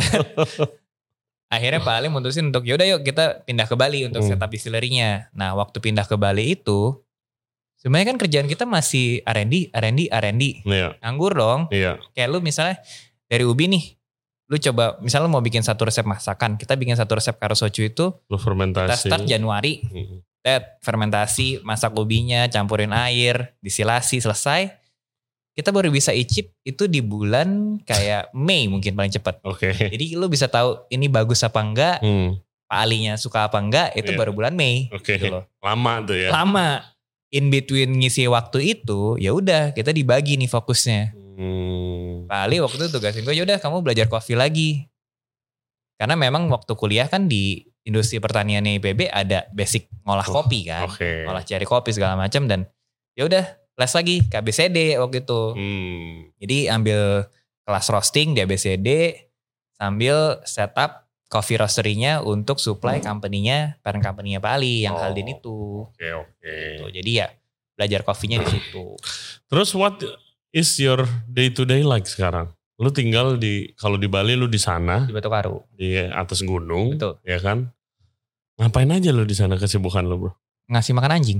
Akhirnya Pak Ali mutusin untuk yaudah yuk kita pindah ke Bali untuk hmm. setup distillery-nya. Nah waktu pindah ke Bali itu sebenarnya kan kerjaan kita masih R and D, R and D, R and D. Iya. Nganggur dong. Iya. Kayak lu misalnya dari ubi nih. Lu coba misalnya lu mau bikin satu resep masakan. Kita bikin satu resep Karo Soju itu. Lu fermentasi. Kita start Januari. Hmm. Tet, fermentasi, masak ubinya, campurin air, distilasi, selesai. Kita baru bisa icip itu di bulan kayak Mei mungkin paling cepat. Oke. Okay. Jadi lu bisa tahu ini bagus apa enggak. Hmm. Pak Alinya suka apa enggak. Itu yeah. baru bulan Mei. Oke. Okay. Gitu lama tuh ya. Lama. In between ngisi waktu itu, ya udah kita dibagi nih fokusnya. Hmm. Pak Ali waktu itu tugasin gue, ya udah kamu belajar kopi lagi. Karena memang waktu kuliah kan di industri pertanian I P B ada basic ngolah oh, kopi kan, okay. ngolah cari kopi segala macam dan ya udah les lagi ke A B C D waktu itu. Hmm. Jadi ambil kelas roasting di A B C D sambil setup coffee roastery-nya untuk supply hmm. company-nya, parent company-nya Pak Ali yang oh, Haldin itu. Oke okay, oke. Okay. Gitu. Jadi ya belajar kopinya di situ. Terus what is your day to day like sekarang? Lu tinggal di kalau di Bali lu di sana di Batu Karu di atas gunung, betul. Ya kan? Ngapain aja lo di sana kesibukan lo bro? Ngasih makan anjing.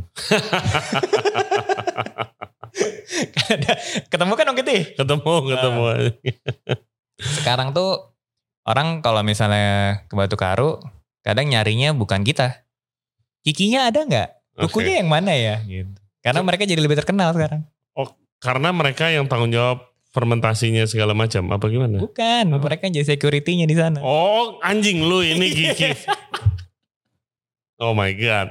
Ketemu kan dong gitu ya? Ketemu, ketemu. Nah, sekarang tuh orang kalau misalnya ke Batu Karu, kadang nyarinya bukan kita. Kikinya ada nggak? Kukunya okay. Yang mana ya? Gitu. Karena mereka jadi lebih terkenal sekarang. Oh, karena mereka yang tanggung jawab fermentasinya segala macam, apa gimana? Bukan, oh. Mereka jadi security-nya di sana. Oh, anjing lu ini Kiki. Oh my god.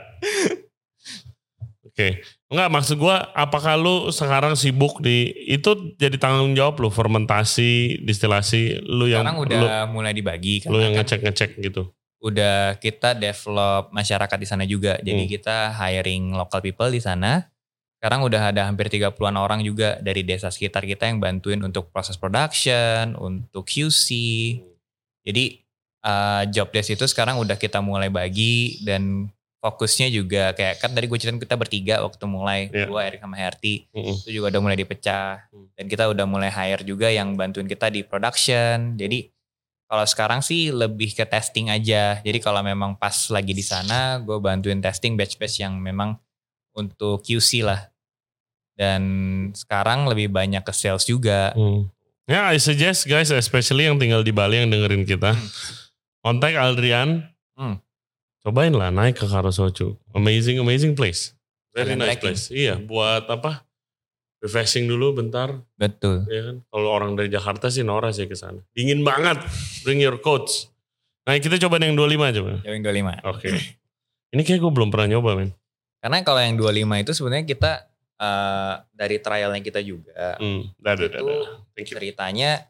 Oke, okay. Enggak maksud gue, apakah lu sekarang sibuk di itu jadi tanggung jawab lu fermentasi, distilasi, lu yang sekarang udah lu, mulai dibagi. Lu yang ngecek-ngecek gitu. Udah kita develop masyarakat di sana juga, jadi hmm. kita hiring local people di sana. Sekarang udah ada hampir tiga puluhan orang juga dari desa sekitar kita yang bantuin untuk proses production, untuk Q C. Jadi uh, job desk itu sekarang udah kita mulai bagi dan fokusnya juga kayak kan tadi gue ceritain kita bertiga waktu mulai. Yeah. Gue, Eric sama Herti. Mm-hmm. Itu juga udah mulai dipecah. Dan kita udah mulai hire juga yang bantuin kita di production. Jadi kalau sekarang sih lebih ke testing aja. Jadi kalau memang pas lagi di sana gue bantuin testing batch-batch yang memang untuk Q C lah. Dan sekarang lebih banyak ke sales juga. Hmm. Ya, yeah, I suggest guys, especially yang tinggal di Bali yang dengerin kita, hmm. kontak Aldrian, hmm. cobain lah naik ke Karosotsu. Amazing, amazing place. Very nice place. Iya, buat apa? Refreshing dulu bentar. Betul. Ya kan? Kalau orang dari Jakarta sih norak sih ke sana. Dingin banget. Bring your coats. Nah, kita coba yang dua puluh lima coba. Yang dua puluh lima. Oke. Okay. Ini kayak gue belum pernah nyoba, men. Karena kalau yang dua puluh lima itu sebenarnya kita Uh, dari trialnya kita juga hmm, dah, itu dah, dah. Ceritanya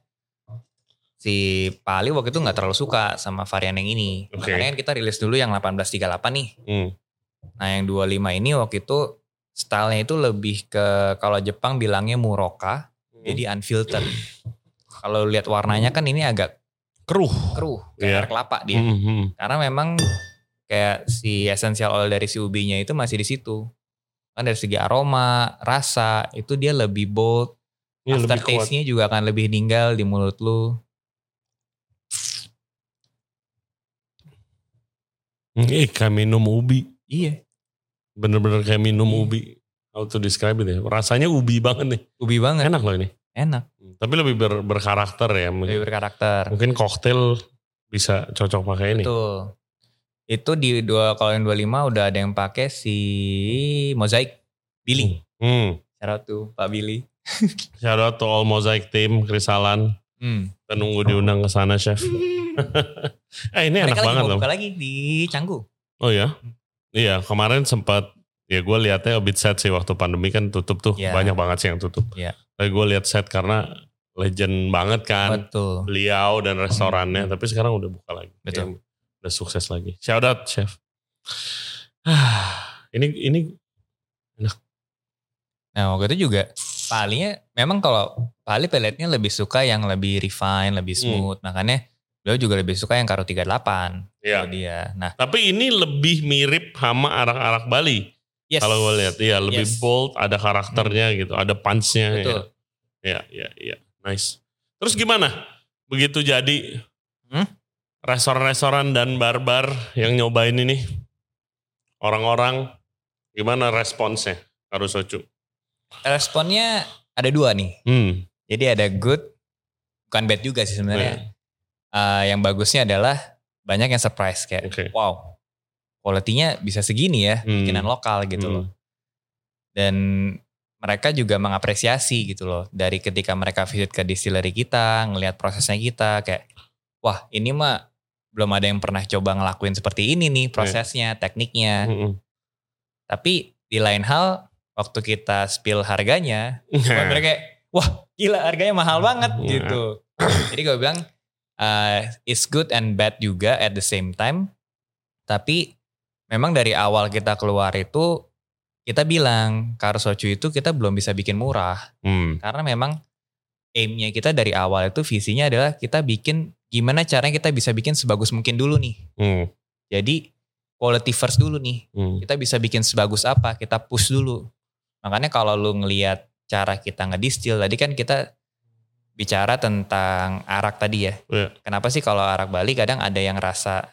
si Pali waktu itu nggak terlalu suka sama varian yang ini, okay. Makanya kan kita rilis dulu yang delapan belas tiga puluh delapan nih. Hmm. Nah yang dua puluh lima ini waktu itu stylenya itu lebih ke kalau Jepang bilangnya muroka, hmm. jadi unfiltered. Kalau lihat warnanya kan ini agak keruh, keruh kayak yeah. kelapa dia, hmm. karena memang kayak si essential oil dari si ubinya itu masih di situ. Kan dari segi aroma, rasa, itu dia lebih bold. Ya, after taste-nya juga akan lebih ninggal di mulut lu. Eh, kayak minum ubi. Iya. Bener-bener kayak minum iya. ubi. How to describe it ya. Rasanya ubi banget nih. Ubi banget. Enak loh ini. Enak. Tapi lebih ber, berkarakter ya. Lebih berkarakter. Mungkin koktail bisa cocok pakai ini. Betul. Itu di dua kalau yang dua puluh lima udah ada yang pakai si Mosaic Billy. Hmm. Shout out to Pak Billy. Shout out to all Mosaic team, Krisalan. Hmm. Kita nunggu diundang ke sana, Chef. eh ini mereka enak banget loh. Mereka lagi di Canggu. Oh ya? Hmm. Iya, kemarin sempat ya gue lihatnya a bit sad sih waktu pandemi kan tutup tuh. Yeah. Banyak banget sih yang tutup. Iya. Yeah. Tapi gue lihat sad karena legend banget kan. Betul. Beliau dan restorannya, hmm. tapi sekarang udah buka lagi. Betul. Ya, udah sukses lagi. Shout out Chef. ini ini enak. Nah waktu itu juga Palinya memang kalau Pali peletnya lebih suka yang lebih refine, lebih smooth. Hmm. Makanya beliau juga lebih suka yang Karo tiga puluh delapan. Iya. Dia. Nah, tapi ini lebih mirip sama arak-arak Bali. Yes. Kalau gue lihat, iya lebih yes. bold, ada karakternya hmm. gitu, ada punch-nya. Betul. Ya, ya, ya, nice. Terus gimana? Begitu jadi hmm? restoran-restoran dan bar-bar yang nyobain ini, orang-orang gimana responsnya Karosotsu? Responnya ada dua nih. Hmm. Jadi ada good, bukan bad juga sih sebenarnya. Hmm. Uh, yang bagusnya adalah banyak yang surprise kayak, okay. wow, quality-nya bisa segini ya, hmm. bikinan lokal gitu hmm. loh. Dan mereka juga mengapresiasi gitu loh, dari ketika mereka visit ke distillery kita, ngelihat prosesnya kita, kayak, wah ini mah belum ada yang pernah coba ngelakuin seperti ini nih prosesnya, tekniknya. Mm-hmm. Tapi di lain hal, waktu kita spill harganya, mereka kayak, wah gila harganya mahal banget gitu. Jadi gue bilang, uh, it's good and bad juga at the same time. Tapi memang dari awal kita keluar itu, kita bilang Karosotsu itu kita belum bisa bikin murah. Mm. Karena memang aim-nya kita dari awal itu visinya adalah kita bikin gimana caranya kita bisa bikin sebagus mungkin dulu nih. Hmm. Jadi quality first dulu nih. Hmm. Kita bisa bikin sebagus apa, kita push dulu. Makanya kalau lu ngelihat cara kita ngedistil, tadi kan kita bicara tentang arak tadi ya. Yeah. Kenapa sih kalau arak Bali kadang ada yang rasa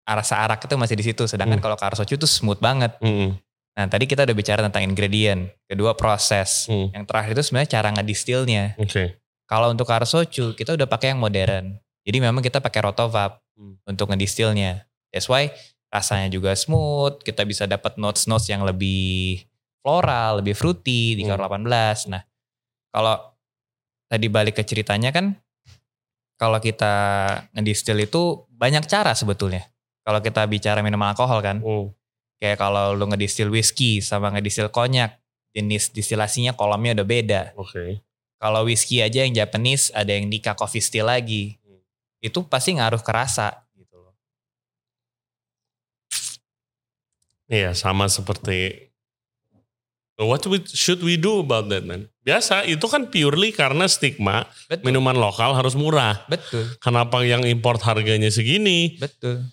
rasa arak itu masih di situ. Sedangkan Hmm. kalau Karo Soju itu smooth banget. Hmm. Nah tadi kita udah bicara tentang ingredient. Kedua proses. Hmm. Yang terakhir itu sebenarnya cara ngedistilnya. Oke. Okay. Kalau untuk Karo Soju kita udah pakai yang modern. Jadi memang kita pakai rotovap Hmm. untuk ngedistilnya. That's why rasanya juga smooth. Kita bisa dapat notes-notes yang lebih floral, lebih fruity di Hmm. Karo delapan belas. Nah kalau tadi balik ke ceritanya kan, kalau kita ngedistil itu banyak cara sebetulnya. Kalau kita bicara minuman alkohol kan, Oh. kayak kalau lu ngedistil whisky sama ngedistil konyak, jenis distilasinya kolomnya udah beda. Oke. Okay. Kalau whisky aja yang Japanese ada yang Nikka Coffee Still lagi. Hmm. Itu pasti ngaruh ke rasa gitu loh. Iya, sama seperti what we, should we do about that, man? Biasa, itu kan purely karena stigma Betul. minuman lokal harus murah. Betul. Kenapa yang import harganya segini? Betul.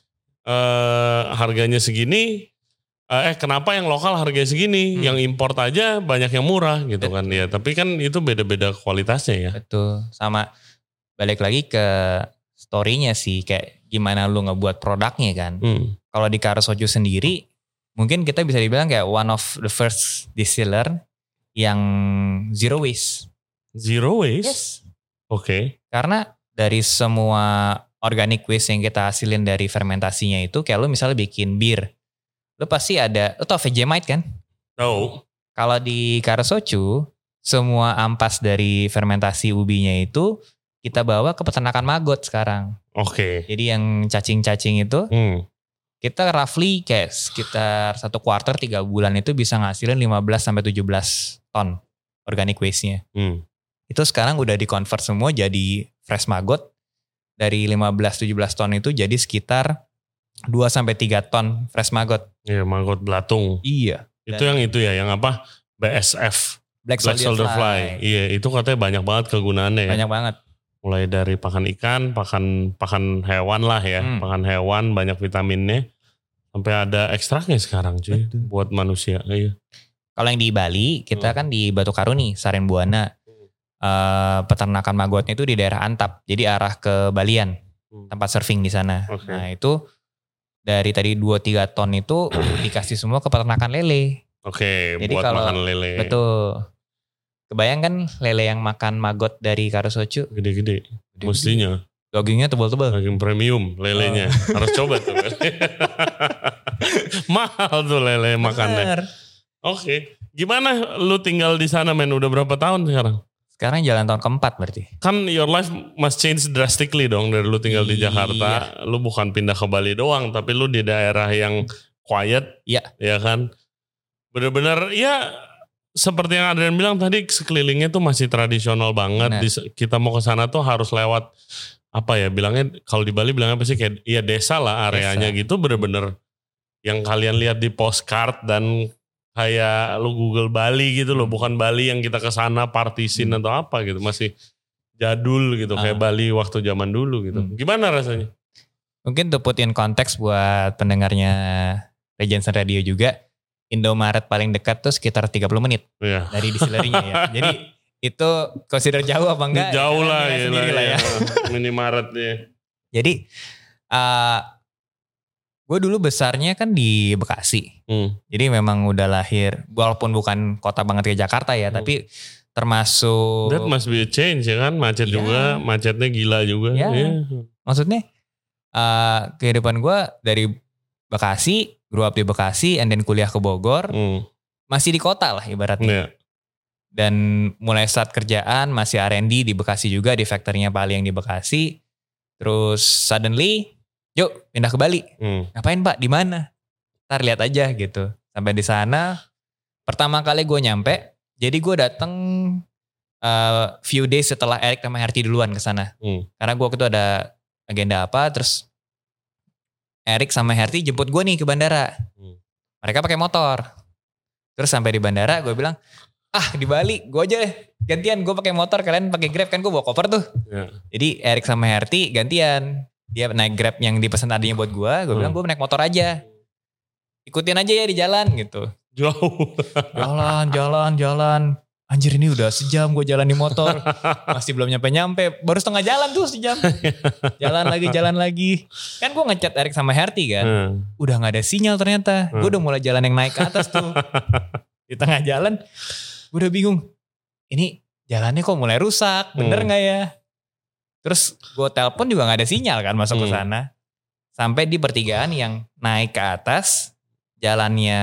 Eh, harganya segini. Eh, kenapa yang lokal harganya segini? Hmm. Yang import aja banyak yang murah gitu Betul. kan. Ya, tapi kan itu beda-beda kualitasnya ya. Betul. Sama balik lagi ke story-nya sih. Kayak gimana lu ngebuat produknya kan. Hmm. Kalau di Karo Soju sendiri, mungkin kita bisa dibilang kayak one of the first distiller yang zero waste. Zero waste? Yes. Oke. Okay. Karena dari semua organic waste yang kita hasilin dari fermentasinya itu, kayak lu misalnya bikin bir, lu pasti ada, lu tau Vegemite kan? Tahu. Kalau di Karo Soju, semua ampas dari fermentasi ubinya itu kita bawa ke peternakan Magot sekarang. Oke. Okay. Jadi yang cacing-cacing itu, Hmm. kita roughly kayak sekitar satu quarter tiga bulan itu bisa ngasilin lima belas sampai tujuh belas ton organic waste-nya. Hmm. Itu sekarang udah di-convert semua jadi fresh Magot. Dari lima belas tujuh belas ton itu jadi sekitar dua sampai tiga ton fresh Magot. Iya, Magot Belatung. Iya. Itu yang itu ya, yang apa? B S F. Black, Black Soldier, Soldier Fly. Fly. Iya, itu katanya banyak banget kegunaannya ya. Banyak banget. Mulai dari pakan ikan, pakan pakan hewan lah ya. Hmm. Pakan hewan banyak vitaminnya. Sampai ada ekstraknya sekarang cuy. Betul. Buat manusia. Iya. Kalau yang di Bali, kita Hmm. kan di Batu Karu nih, Saren Buana. Uh, peternakan magotnya itu di daerah Antap. Jadi arah ke Balian. Hmm. Tempat surfing di sana. Oke. Nah itu dari tadi dua tiga ton itu dikasih semua ke peternakan lele. Oke, Jadi buat kalau- makan lele. Betul. Kebayang kan lele yang makan magot dari Karo Soju? Gede-gede. Mestinya. Dagingnya tebal-tebal. Daging premium lelenya. Oh. Harus coba tuh. Mahal tuh lele makannya. Bener. Oke. Gimana lu tinggal di sana men? Udah berapa tahun sekarang? Sekarang jalan tahun keempat berarti. Kan your life must change drastically dong dari lu tinggal di Iya. Jakarta. Lu bukan pindah ke Bali doang, tapi lu di daerah yang quiet. Iya. Ya kan? Bener-bener ya seperti yang Adrian bilang tadi, sekelilingnya tuh masih tradisional banget. Bener. Di- kita mau ke sana tuh harus lewat apa ya bilangnya, kalau di Bali bilangnya apa sih, kayak ya desa lah areanya Desa. gitu, bener-bener yang kalian lihat di postcard dan kayak lu Google Bali gitu loh, bukan Bali yang kita ke sana partisin Hmm. atau apa gitu, masih jadul gitu kayak Ah. Bali waktu zaman dulu gitu. Hmm. Gimana rasanya? Mungkin to put in konteks buat pendengarnya Regency Radio juga, Indomaret paling dekat tuh sekitar tiga puluh menit Ya. dari distillery-nya ya. Jadi itu consider jauh apa enggak? Jauh Ya, lah, kalian ya, sendiri lah ya. Minimaret ya. Jadi uh, gue dulu besarnya kan di Bekasi. Hmm. Jadi memang udah lahir, walaupun bukan kota banget kayak Jakarta ya, Hmm. tapi termasuk, That must be a change ya kan, macet Iya. juga, macetnya gila juga. Iya. Iya. maksudnya uh, kehidupan gue dari Bekasi, grew up di Bekasi, and then kuliah ke Bogor, Hmm. masih di kota lah ibaratnya. Iya. Dan mulai saat kerjaan masih R and D di Bekasi juga, di factory-nya Pali yang di Bekasi. Terus suddenly, yuk pindah ke Bali. Hmm. Ngapain Pak? Di mana? Ntar lihat aja gitu. Sampai di sana, pertama kali gue nyampe, jadi gue dateng uh, few days setelah Eric sama Herti duluan ke sana. Hmm. Karena gue waktu itu ada agenda apa, terus Eric sama Herti jemput gue nih ke bandara. Hmm. Mereka pakai motor. Terus sampai di bandara gue bilang, ah di Bali gue aja deh. Gantian gue pakai motor, kalian pakai Grab, kan gue bawa koper tuh. Ya. Jadi Eric sama Herti gantian. Dia naik Grab yang dipesan tadinya buat gue. Gue bilang Hmm. gue naik motor aja. Ikutin aja ya di jalan gitu. Jauh. Jalan, jalan, jalan. Anjir ini udah sejam gue jalan di motor. Masih belum nyampe-nyampe. Baru setengah jalan tuh sejam. Jalan lagi, jalan lagi. Kan gue ngechat Erik sama Herti kan. Hmm. Udah gak ada sinyal ternyata. Hmm. Gue udah mulai jalan yang naik ke atas tuh. Di tengah jalan. Gue udah bingung. Ini jalannya kok mulai rusak. Bener hmm. gak ya? Terus gue telepon juga gak ada sinyal kan masuk hmm. ke sana. Sampai di pertigaan yang naik ke atas. Jalannya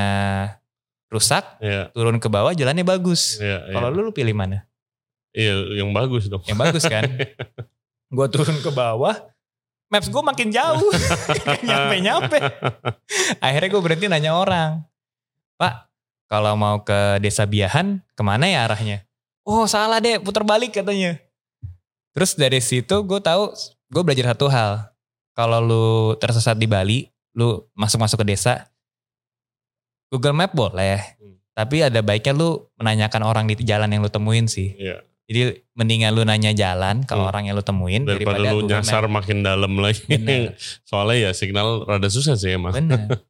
rusak, yeah. turun ke bawah jalannya bagus. Yeah, yeah. Kalau lu, lu pilih mana? Iya, yang bagus dong. Yang bagus kan? Gue turun ke bawah, maps gue makin jauh. Nyampe-nyampe. Akhirnya gue berhenti nanya orang. Pak, kalau mau ke Desa Biahan, kemana ya arahnya? Oh salah deh, putar balik katanya. Terus dari situ gue tahu, gue belajar satu hal. Kalau lu tersesat di Bali, lu masuk-masuk ke desa, Google Map boleh, hmm. tapi ada baiknya lu menanyakan orang di jalan yang lu temuin sih. Yeah. Jadi mendingan lu nanya jalan ke hmm. orang yang lu temuin daripada, daripada lu Google nyasar Map. Makin dalam lagi. Soalnya ya signal rada susah sih emang. Bener.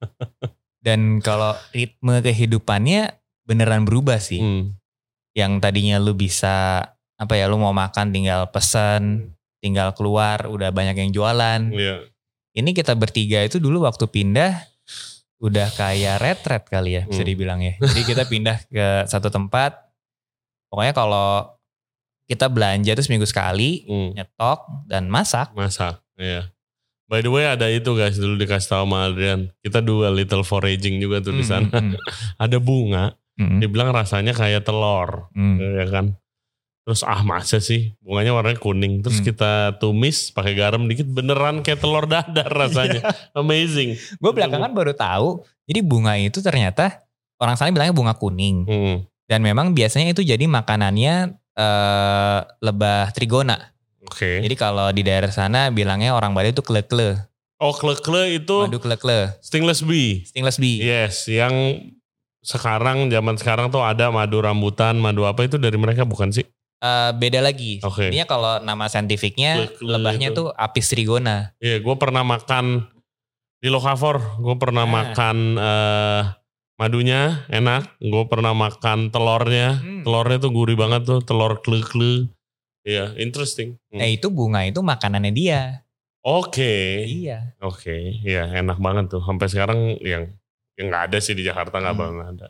Dan kalau ritme kehidupannya beneran berubah sih. Hmm. Yang tadinya lu bisa apa ya, lu mau makan tinggal pesen, tinggal keluar udah banyak yang jualan. Yeah. Ini kita bertiga itu dulu waktu pindah udah kayak retret kali ya bisa dibilang ya. Jadi kita pindah ke satu tempat. Pokoknya kalau kita belanja tuh seminggu sekali, hmm. nyetok dan masak. Masak, iya. By the way ada itu guys, dulu dikasih tahu sama Adrian. Kita dua little foraging juga tuh hmm, di sana. Hmm. Ada bunga, hmm. dibilang rasanya kayak telur, hmm. ya kan. Terus ah masa sih bunganya warnanya kuning. Terus hmm. kita tumis pakai garam dikit beneran kayak telur dadar rasanya. Amazing. Gue belakangan baru tahu. Jadi bunga itu ternyata orang sana bilangnya bunga kuning. Hmm. Dan memang biasanya itu jadi makanannya uh, lebah trigona. Oke. Okay. Jadi kalau di daerah sana bilangnya orang Bali itu klekle. Oh klekle itu. Madu klekle. Stingless bee. Stingless bee. Yes, yang sekarang zaman sekarang tuh ada madu rambutan, madu apa itu dari mereka bukan sih? Uh, beda lagi. Okay. Ini kalau nama saintifiknya Kle-kle lebahnya itu. Tuh Apis trigona. Iya, yeah, gue pernah makan di Lokavor. Gue pernah nah. makan uh, madunya enak. Gue pernah makan telurnya. Hmm. Telurnya tuh gurih banget tuh. Telur kle-kle. Iya, yeah, interesting. Hmm. Nah itu bunga itu makanannya dia. Oke. Okay. Iya. Oke, okay. Iya enak banget tuh. Sampai sekarang yang yang nggak ada sih di Jakarta nggak hmm. banget ada.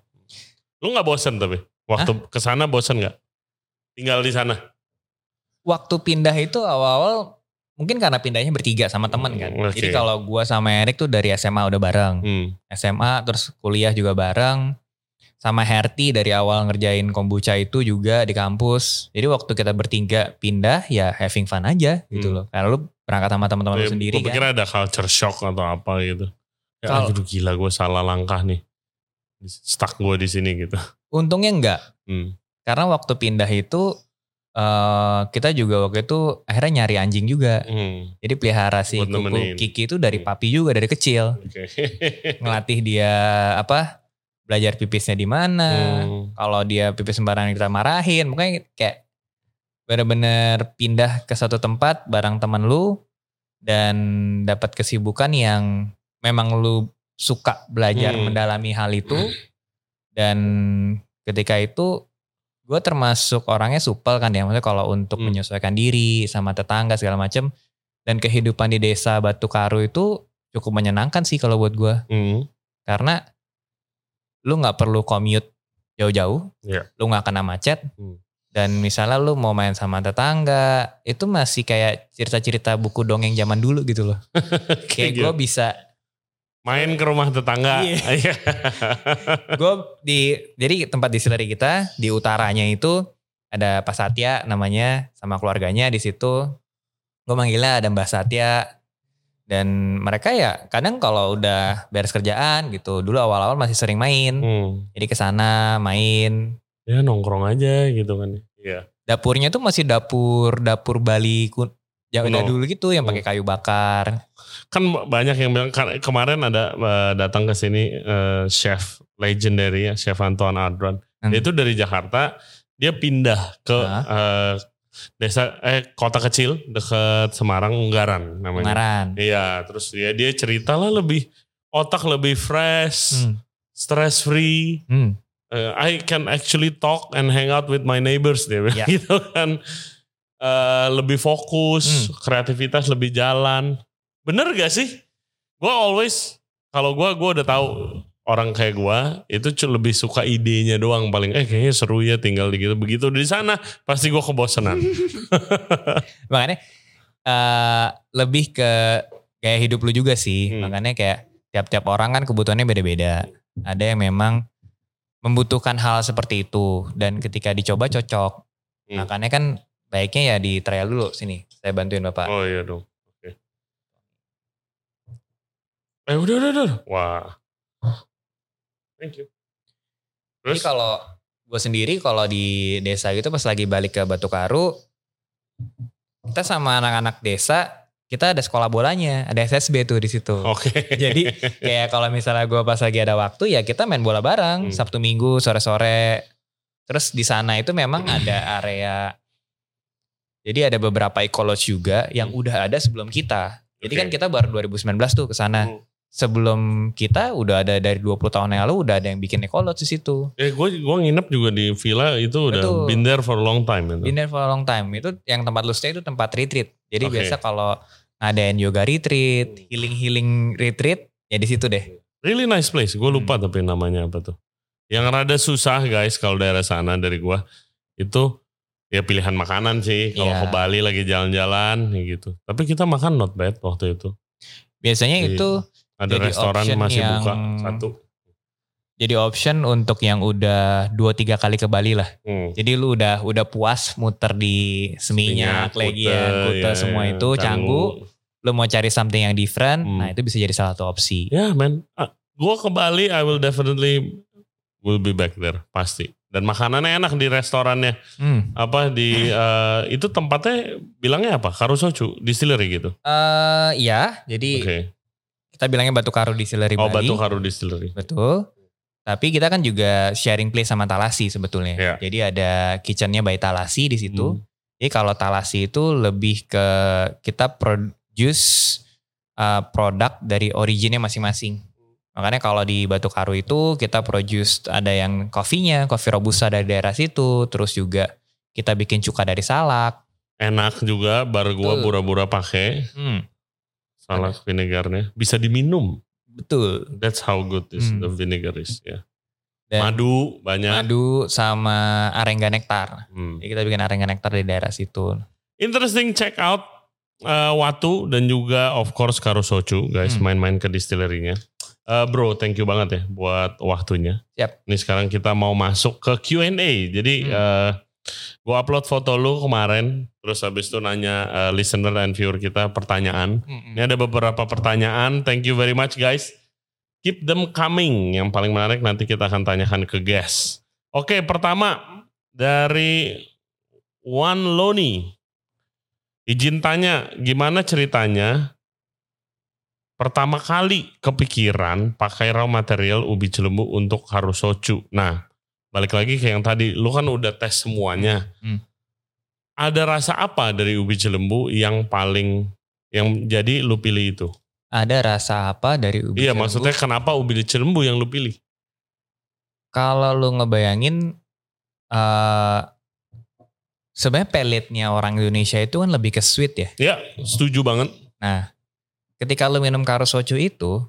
Lu nggak bosen tapi waktu Hah? Kesana bosen nggak? Tinggal di sana. Waktu pindah itu awal-awal mungkin karena pindahnya bertiga sama teman kan. Okay. Jadi kalau gue sama Erik tuh dari S M A udah bareng. Hmm. S M A terus kuliah juga bareng. Sama Herti dari awal ngerjain kombucha itu juga di kampus. Jadi waktu kita bertiga pindah ya having fun aja gitu hmm. loh. Karena lu berangkat sama teman-teman lu sendiri kan. Gue pikir ada culture shock atau apa gitu. Ya Kalo, aduh gila gue salah langkah nih. Stuck gue di sini gitu. Untungnya enggak. Hmm. Karena waktu pindah itu uh, kita juga waktu itu akhirnya nyari anjing juga. Hmm. Jadi pelihara si kuku Kiki itu dari papi juga dari kecil. Okay. Ngelatih dia apa belajar pipisnya di mana. Hmm. Kalau dia pipis sembarangan kita marahin. Pokoknya kayak bener-bener pindah ke satu tempat bareng teman lu dan dapat kesibukan yang memang lu suka belajar hmm. mendalami hal itu. Dan ketika itu gue termasuk orangnya supel kan ya, maksudnya kalau untuk hmm. menyesuaikan diri sama tetangga segala macem. Dan kehidupan di desa Batu Karu itu cukup menyenangkan sih kalau buat gue. Hmm. Karena lu gak perlu commute jauh-jauh, yeah. lu gak kena macet. Hmm. Dan misalnya lu mau main sama tetangga, itu masih kayak cerita-cerita buku dongeng zaman dulu gitu loh. Kayak gue bisa main ke rumah tetangga. Iya. Gue di jadi tempat distillery kita di utaranya itu ada Pak Satya namanya sama keluarganya di situ. Gue manggilnya ada Mbak Satya dan mereka ya kadang kalau udah beres kerjaan gitu. Dulu awal-awal masih sering main. Hmm. Jadi kesana main. Ya nongkrong aja gitu kan. Iya. Dapurnya tuh masih dapur dapur Bali yang no. dulu gitu yang pakai kayu bakar. Kan banyak yang bilang kemarin ada uh, datang ke sini uh, chef legendary ya, Chef Antoine Adran. Hmm. Dia itu dari Jakarta, dia pindah ke uh, desa eh kota kecil dekat Semarang, Ungaran namanya. Ungaran. Iya, terus dia dia cerita lah lebih otak lebih fresh, hmm. stress free. Hmm. uh, I can actually talk and hang out with my neighbors deh, Ya. gitu kan. Uh, lebih fokus, Hmm. kreativitas lebih jalan. Bener gak sih? Gue always, kalau gue gue udah tahu orang kayak gue itu cu- lebih suka idenya doang paling. Eh kayaknya seru ya tinggal di gitu. Begitu di sana pasti gue kebosanan. Makanya eh, lebih ke gaya hidup lu juga sih. Hmm. Makanya kayak tiap-tiap orang kan kebutuhannya beda-beda. Ada yang memang membutuhkan hal seperti itu. Dan ketika dicoba cocok. Hmm. Makanya kan baiknya ya di trial dulu sini. Saya bantuin Bapak. Oh iya dong. Oke. Eh udah udah udah. Wah. Thank you. Jadi Terus? kalau gue sendiri kalau di desa gitu pas lagi balik ke Batu Karu. Kita sama anak-anak desa. Kita ada sekolah bolanya, ada S S B tuh di situ. Oke. Jadi kayak kalau misalnya gue pas lagi ada waktu ya kita main bola bareng Hmm. Sabtu Minggu sore-sore. Terus di sana itu memang ada area. Jadi ada beberapa ekolodge juga yang udah ada sebelum kita. Jadi Oke. kan kita baru dua ribu sembilan belas tuh ke sana. Hmm. Sebelum kita udah ada dari dua puluh tahun yang lalu udah ada yang bikin ekolodge di situ. Eh gue gue nginep juga di villa itu udah Betul. been there for a long time itu. Been there for a long time. Itu yang tempat lu stay itu tempat retreat. Jadi Oke. biasa kalau ngadain yoga retreat, Hmm. healing-healing retreat ya di situ deh. Really nice place. Gue lupa Hmm. tapi namanya apa tuh. Yang rada susah guys kalau daerah sana dari gue itu ya pilihan makanan sih. Kalau Iya. ke Bali lagi jalan-jalan ya gitu. Tapi kita makan not bad waktu itu. Biasanya Iya. itu Ada Jadi restoran option masih yang- buka satu. jadi option untuk yang udah dua tiga kali ke Bali lah. Hmm. Jadi lu udah udah puas muter di Seminyak, Legian, Kuta, ya, semua ya, itu, Canggu. Lu mau cari something yang different, Hmm. nah itu bisa jadi salah satu opsi. Ya man, ah, gue ke Bali I will definitely will be back there pasti. Dan makanannya enak di restorannya. Hmm. Apa di eh, itu tempatnya bilangnya apa? Karusocu distillery gitu. Eh, ya, jadi Oke. kita bilangnya Batu Karu Distillery Oh Bali. Batu Karu Distillery. Betul. Tapi kita kan juga sharing place sama Talasi sebetulnya. Iya. Jadi ada kitchennya by Talasi di situ. Hmm. Jadi kalau Talasi itu lebih ke kita produce uh, produk dari originnya masing-masing. Makanya kalau di Batu Karu itu kita produce ada yang coffee-nya, coffee robusta dari daerah situ. Terus juga kita bikin cuka dari salak. Enak juga bar gua Betul. pura-pura pakai Hmm, salak vinegarnya. Bisa diminum. betul. That's how good is Hmm. the vinegar is ya. Dan Madu banyak. madu sama arenga nektar. Hmm. Jadi kita bikin arenga nektar di daerah situ. Interesting check out uh, Watu dan juga of course Karusocu guys, Hmm. main-main ke distillery-nya. Uh, bro, thank you banget ya buat waktunya. Siap. Ini sekarang kita mau masuk ke Q and A. Jadi Hmm. uh, gue upload foto lu kemarin, terus habis itu nanya uh, listener and viewer kita pertanyaan. Ini ada beberapa pertanyaan. Thank you very much guys. Keep them coming. Yang paling menarik nanti kita akan tanyakan ke guest. Oke, pertama dari One Loni. Izin tanya, gimana ceritanya pertama kali kepikiran pakai raw material ubi cilembu untuk Karusocu? Nah, balik lagi ke yang tadi, lu kan udah tes semuanya. Hmm. Ada rasa apa dari ubi cilembu yang paling, yang jadi lu pilih itu? Ada rasa apa dari ubi Iya, cilembu? maksudnya kenapa ubi cilembu yang lu pilih? Kalau lu ngebayangin eh sebenarnya pelletnya orang Indonesia itu kan lebih ke sweet ya. Ya, setuju banget. Nah, ketika lu minum Karusocu itu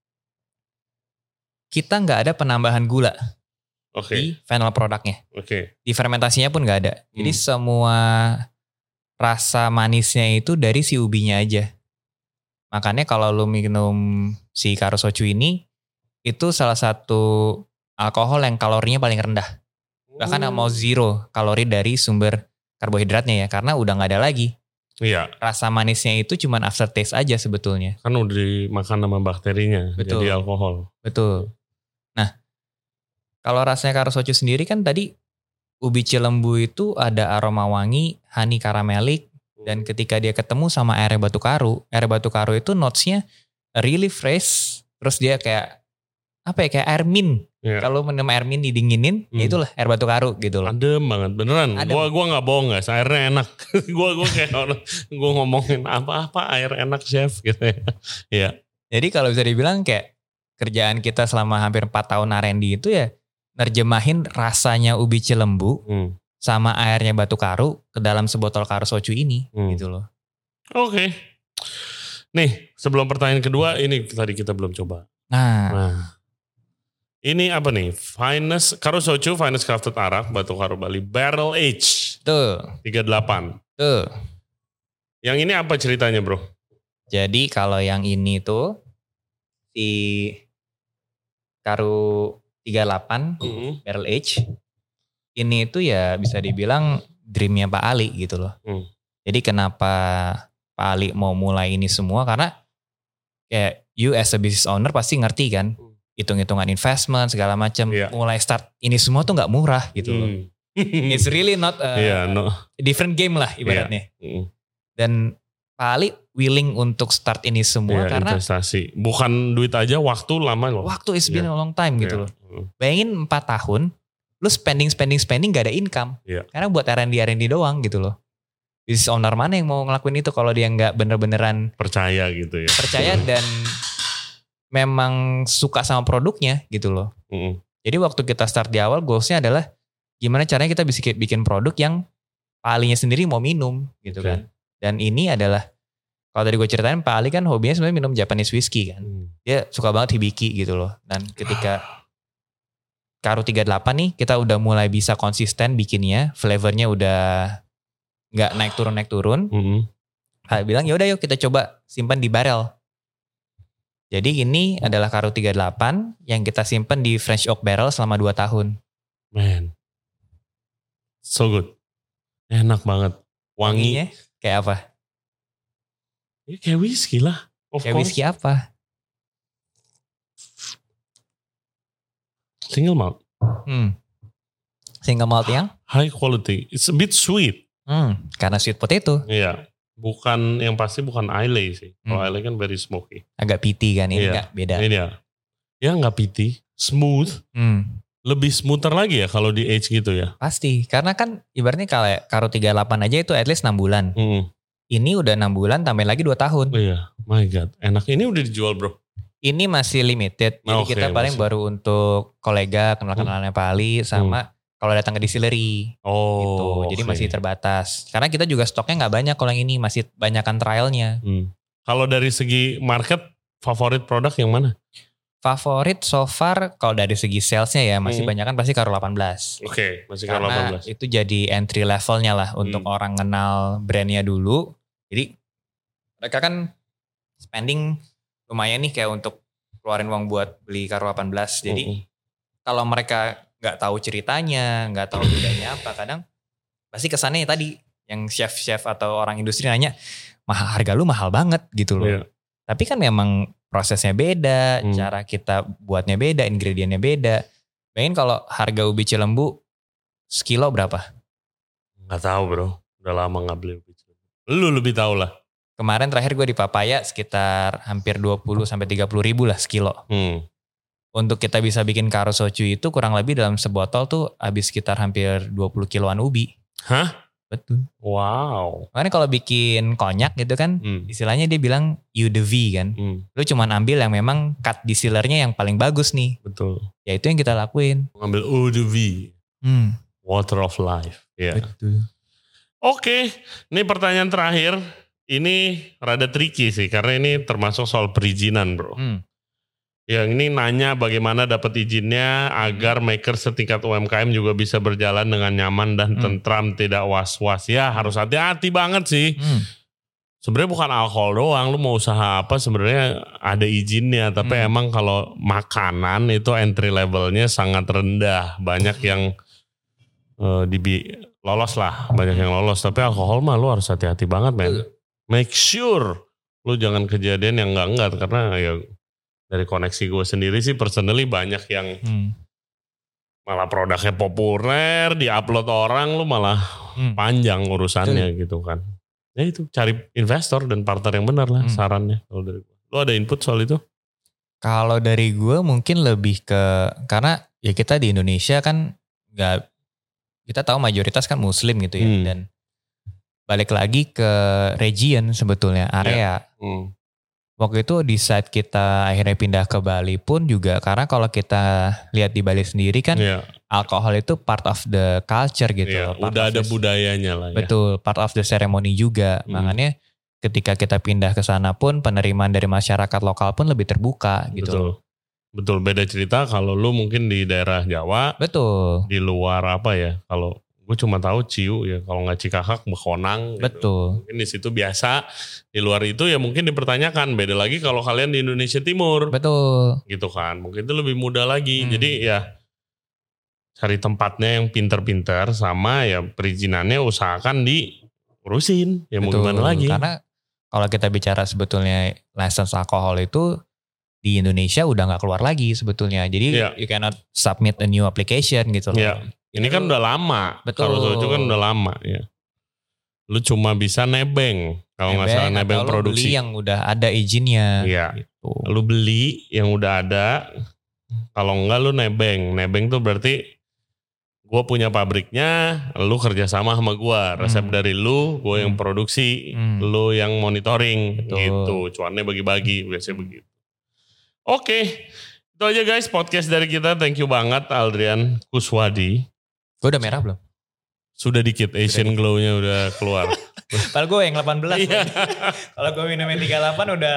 kita nggak ada penambahan gula Oke, di final produknya. oke. Di fermentasinya pun nggak ada. Jadi semua rasa manisnya itu dari si ubinya aja. Makanya kalau lu minum si Karusocu ini itu salah satu alkohol yang kalorinya paling rendah. Bahkan Hmm. mau zero kalori dari sumber karbohidratnya ya. Karena udah gak ada lagi. Iya, Rasa manisnya itu cuman aftertaste aja sebetulnya. kan udah dimakan sama bakterinya, Betul. jadi alkohol. Betul. Nah, kalau rasanya Karusocu sendiri kan tadi ubi cilembu itu ada aroma wangi, honey karamelik. Dan ketika dia ketemu sama air batu karu, air batu karu itu notes-nya really fresh. Terus dia kayak, apa ya, kayak air mint. Iya. Kalau minum air mint didinginin, Hmm. ya itulah air batu karu gitu loh. Adem banget, beneran. Adem. Gua gua nggak bohong guys, airnya enak. gua gua kayak orang, gua ngomongin apa-apa air enak chef gitu ya. Iya. Jadi kalau bisa dibilang kayak kerjaan kita selama hampir empat tahun R and D itu ya nerjemahin rasanya ubi Cilembu Hmm. sama airnya Batu Karu ke dalam sebotol Karu Soju ini Hmm. gitu loh. Oke. Okay. Nih, sebelum pertanyaan kedua, ini tadi kita belum coba. Nah, Nah, ini apa nih? Finest Karu Soju, Finest Crafted Arak, Batu Karu Bali, Barrel Age tuh, tiga puluh delapan. tuh. Yang ini apa ceritanya, bro? Jadi kalau yang ini tuh si Karu tiga puluh delapan Mm-hmm. Barrel Age ini tuh ya bisa dibilang dreamnya Pak Ali gitu loh. Hmm. Jadi kenapa Pak Ali mau mulai ini semua karena kayak you as a business owner pasti ngerti kan, hitung-hitungan investment segala macam. Yeah. Mulai start ini semua tuh nggak murah gitu loh. Hmm. It's really not a Yeah, no. different game lah ibaratnya. Mm. Dan Pak Ali willing untuk start ini semua Yeah, karena investasi. Bukan duit aja, waktu lama loh. waktu is been Yeah. a long time gitu Yeah. loh. Bayangin empat tahun, lu spending, spending, spending gak ada income. Yeah. Karena buat R and D, R and D doang gitu loh. Business owner mana yang mau ngelakuin itu kalau dia gak bener-beneran Percaya gitu ya. percaya dan memang suka sama produknya gitu loh. Mm. Jadi waktu kita start di awal goalsnya adalah gimana caranya kita bisa bikin produk yang Pak Alinya sendiri mau minum gitu Okay. kan. Dan ini adalah, kalau tadi gue ceritain Pak Ali kan hobinya sebenarnya minum Japanese whiskey kan. Mm. Dia suka banget hibiki gitu loh. Dan ketika Karu tiga puluh delapan nih kita udah mulai bisa konsisten bikinnya, flavornya udah nggak naik turun naik turun. Mm. Pak bilang yaudah yuk kita coba simpan di barrel. Jadi ini adalah Karu tiga puluh delapan yang kita simpan di French Oak Barrel selama dua tahun. Man, so good, enak banget, wangi. Wanginya kayak apa? Ya, kayak whisky lah. Of Kayak course. whisky apa? Single malt, Hmm. Single malt yang? high quality. It's a bit sweet. Hmm. Karena sweet potato. Iya, bukan yang pasti bukan Islay sih. Kalau Hmm. Islay kan very smoky. Agak piti kan ini Iya. nggak beda. Ini ya, ya nggak piti, smooth. Hmm. Lebih smoother lagi ya kalau di age gitu ya. Pasti. Karena kan ibaratnya kalau Karu tiga puluh delapan aja itu at least enam bulan. Hmm. Ini udah enam bulan tambah lagi dua tahun. Oh iya, my god, enak. Ini udah dijual bro. Ini masih limited. Jadi Oke, kita paling masih. baru untuk kolega, kenal-kenalannya Pak Ali sama kalau datang ke distillery Oh, gitu. Jadi oke. masih terbatas. Karena kita juga stoknya nggak banyak kalau yang ini, masih banyakan trialnya. Hmm. Kalau dari segi market, favorit produk yang mana? Favorit so far kalau dari segi salesnya ya masih Hmm. banyakan pasti Karu delapan belas. Oke, masih Karu Karena delapan belas. itu jadi entry levelnya lah untuk Hmm. orang kenal brandnya dulu. Jadi mereka kan spending lumayan nih kayak untuk keluarin uang buat beli Karu delapan belas. Jadi Mm-mm. kalau mereka nggak tahu ceritanya, nggak tahu bedanya apa, kadang pasti kesannya tadi yang chef-chef atau orang industri nanya, mahal, harga lu mahal banget gitu loh. Iya. Tapi kan memang prosesnya beda, Hmm. cara kita buatnya beda, ingredientnya beda. Bayangin kalau harga ubi Cilembu sekilo berapa? Nggak tahu bro, udah lama nggak beli. Lu lebih tahu lah. Kemarin terakhir gue di Papaya sekitar hampir dua puluh sampai tiga puluh ribu lah sekilo. Hmm. Untuk kita bisa bikin Karu Soju itu kurang lebih dalam sebotol tuh habis sekitar hampir dua puluh kiloan ubi. Hah? Betul. Wow. Makanya kalau bikin konyak gitu kan, Hmm. istilahnya dia bilang eau de vie kan. Hmm. Lu cuman ambil yang memang cut distillernya yang paling bagus nih. Betul. Ya itu yang kita lakuin. Ngambil eau de vie, Hmm. water of life. Ya. Betul. Oke, ini pertanyaan terakhir. Ini rada tricky sih, karena ini termasuk soal perizinan bro. Hmm. Yang ini nanya bagaimana dapat izinnya agar maker setingkat U M K M juga bisa berjalan dengan nyaman dan Hmm. tentram, tidak was-was. Ya harus hati-hati banget sih. Hmm. Sebenarnya bukan alkohol doang, lu mau usaha apa sebenarnya ada izinnya. Tapi Hmm. emang kalau makanan itu entry levelnya sangat rendah. Banyak yang uh, dibi lolos lah, banyak yang lolos. Tapi alkohol mah lu harus hati-hati banget men. Make sure lu jangan kejadian yang enggak-enggak. Karena ya dari koneksi gue sendiri sih personally banyak yang Hmm. malah produknya populer, diupload orang lu malah Hmm. panjang urusannya gitu kan. Ya itu cari investor dan partner yang benar lah Hmm. sarannya. Kalau dari gua. Lu ada input soal itu? Kalau dari gue mungkin lebih ke, karena ya kita di Indonesia kan nggak, kita tahu mayoritas kan Muslim gitu ya. Hmm. Dan balik lagi ke region sebetulnya, area. Hmm. waktu itu di saat kita akhirnya pindah ke Bali pun juga karena kalau kita lihat di Bali sendiri kan Iya. alkohol itu part of the culture gitu. Iya, part udah of ada the- budayanya lah ya. Betul, part of the ceremony juga. Hmm. Makanya ketika kita pindah ke sana pun penerimaan dari masyarakat lokal pun lebih terbuka gitu. Betul. Betul, beda cerita kalau lu mungkin di daerah Jawa, Betul. di luar apa ya, kalau gue cuma tahu Ciu ya, kalau nggak Cikakak, Bekonang. Gitu. Betul. Mungkin di situ biasa, di luar itu ya mungkin dipertanyakan, beda lagi kalau kalian di Indonesia Timur. Betul. Gitu kan, mungkin itu lebih mudah lagi. Hmm. Jadi ya cari tempatnya yang pinter-pinter sama ya perizinannya usahakan diurusin. Ya mau Betul. gimana lagi. Karena kalau kita bicara sebetulnya license alkohol itu di Indonesia udah nggak keluar lagi sebetulnya. Jadi Iya. you cannot submit a new application gitu loh. Iya. Ini kan udah lama. Betul. Kalau itu kan udah lama ya. Lu cuma bisa nebeng. Kalau nggak salah nebeng atau lu produksi. beli yang udah ada izinnya. Iya. Gitu. Lu beli yang udah ada. Kalau enggak lu nebeng. Nebeng tuh berarti gue punya pabriknya, lu kerjasama sama gue. Resep Hmm. dari lu, gue yang Hmm. produksi, Hmm. lu yang monitoring. Betul. Gitu. Cuannya bagi-bagi. Biasanya begitu. Oke. Itu aja guys podcast dari kita. Thank you banget Aldrian Kuswadi. Gue udah merah belum? Sudah dikit Asian glow-nya udah keluar. Padahal gue yang delapan belas. Iya. Kalau gue minum yang tiga puluh delapan udah.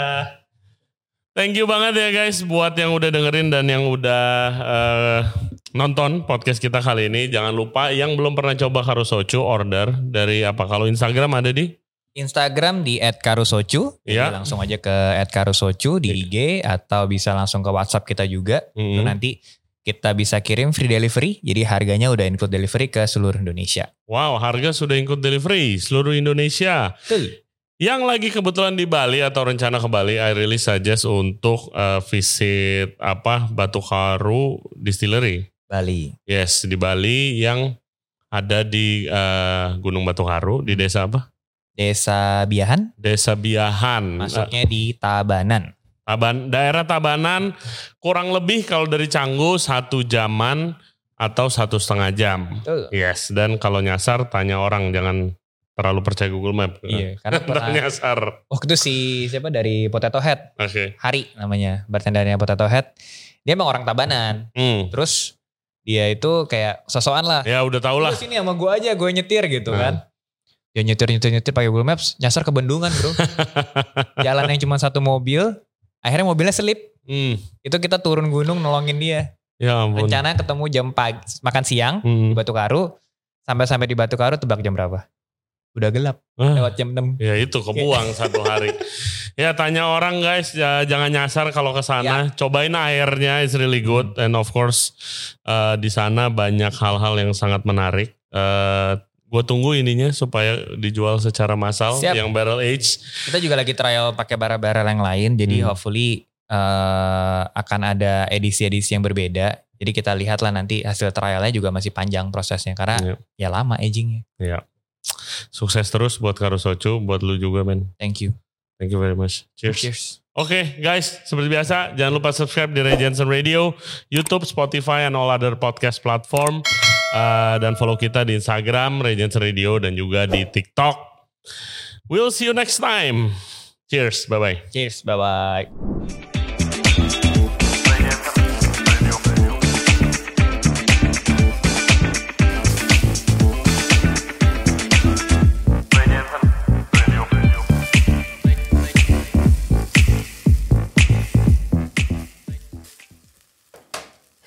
Thank you banget ya guys buat yang udah dengerin dan yang udah uh, nonton podcast kita kali ini. Jangan lupa yang belum pernah coba Karusocu order dari apa? Kalau Instagram ada di? Instagram di et karusocu. Jadi Iya. langsung aja ke et karusocu di I G atau bisa langsung ke WhatsApp kita juga. Itu Hmm. nanti kita bisa kirim free delivery. Jadi harganya udah include delivery ke seluruh Indonesia. Wow, harga sudah include delivery seluruh Indonesia. Betul. Yang lagi kebetulan di Bali atau rencana ke Bali, I really suggest untuk uh, visit apa Batu Karu Distillery. Bali. Yes, di Bali yang ada di uh, Gunung Batu Karu di desa apa? Desa Biahan. Desa Biahan. Masuknya di Tabanan. Taban, daerah Tabanan kurang lebih kalau dari Canggu satu jaman atau satu setengah jam. Betul. Yes, dan kalau nyasar tanya orang, jangan terlalu percaya Google Map. Iya, karena Ntar pernah, nyasar. waktu itu si siapa dari Potato Head, Oke. Hari namanya, bartendernya Potato Head. Dia emang orang Tabanan. Hmm. Terus dia itu kayak sosokan lah. Ya udah tau lah. Lu sini sama gue aja, gue nyetir gitu Hmm. kan. Dia nyetir-nyetir-nyetir pakai Google Maps, nyasar ke bendungan bro. Jalan yang cuma satu mobil, akhirnya mobilnya selip. Hmm. Itu kita turun gunung nolongin dia. Ya ampun. Rencana ketemu jam pagi, makan siang Hmm. di Batu Karu. Sampai-sampai di Batu Karu tebak jam berapa? Udah gelap, Ah, lewat jam enam. ya itu kebuang satu hari. Ya tanya orang guys, ya, jangan nyasar kalau ke sana. Cobain airnya, it's really good. And of course uh, di sana banyak hal-hal yang sangat menarik. Uh, gue tunggu ininya supaya dijual secara massal. Siap. Yang barrel age. Kita juga lagi trial pakai barang-barang yang lain. Jadi Hmm. hopefully uh, akan ada edisi-edisi yang berbeda. Jadi kita lihatlah nanti hasil trialnya juga masih panjang prosesnya. Karena Iya. ya lama agingnya. Ya. Sukses terus buat Karusocu, buat lu juga men. Thank you. Thank you very much. Cheers. Cheers. Oke guys, seperti biasa jangan lupa subscribe di Ray Jensen Radio, YouTube, Spotify, and all other podcast platform. Uh, dan follow kita di Instagram, Ray Jensen Radio, dan juga di TikTok. We'll see you next time. Cheers, bye-bye. Cheers. Bye-bye.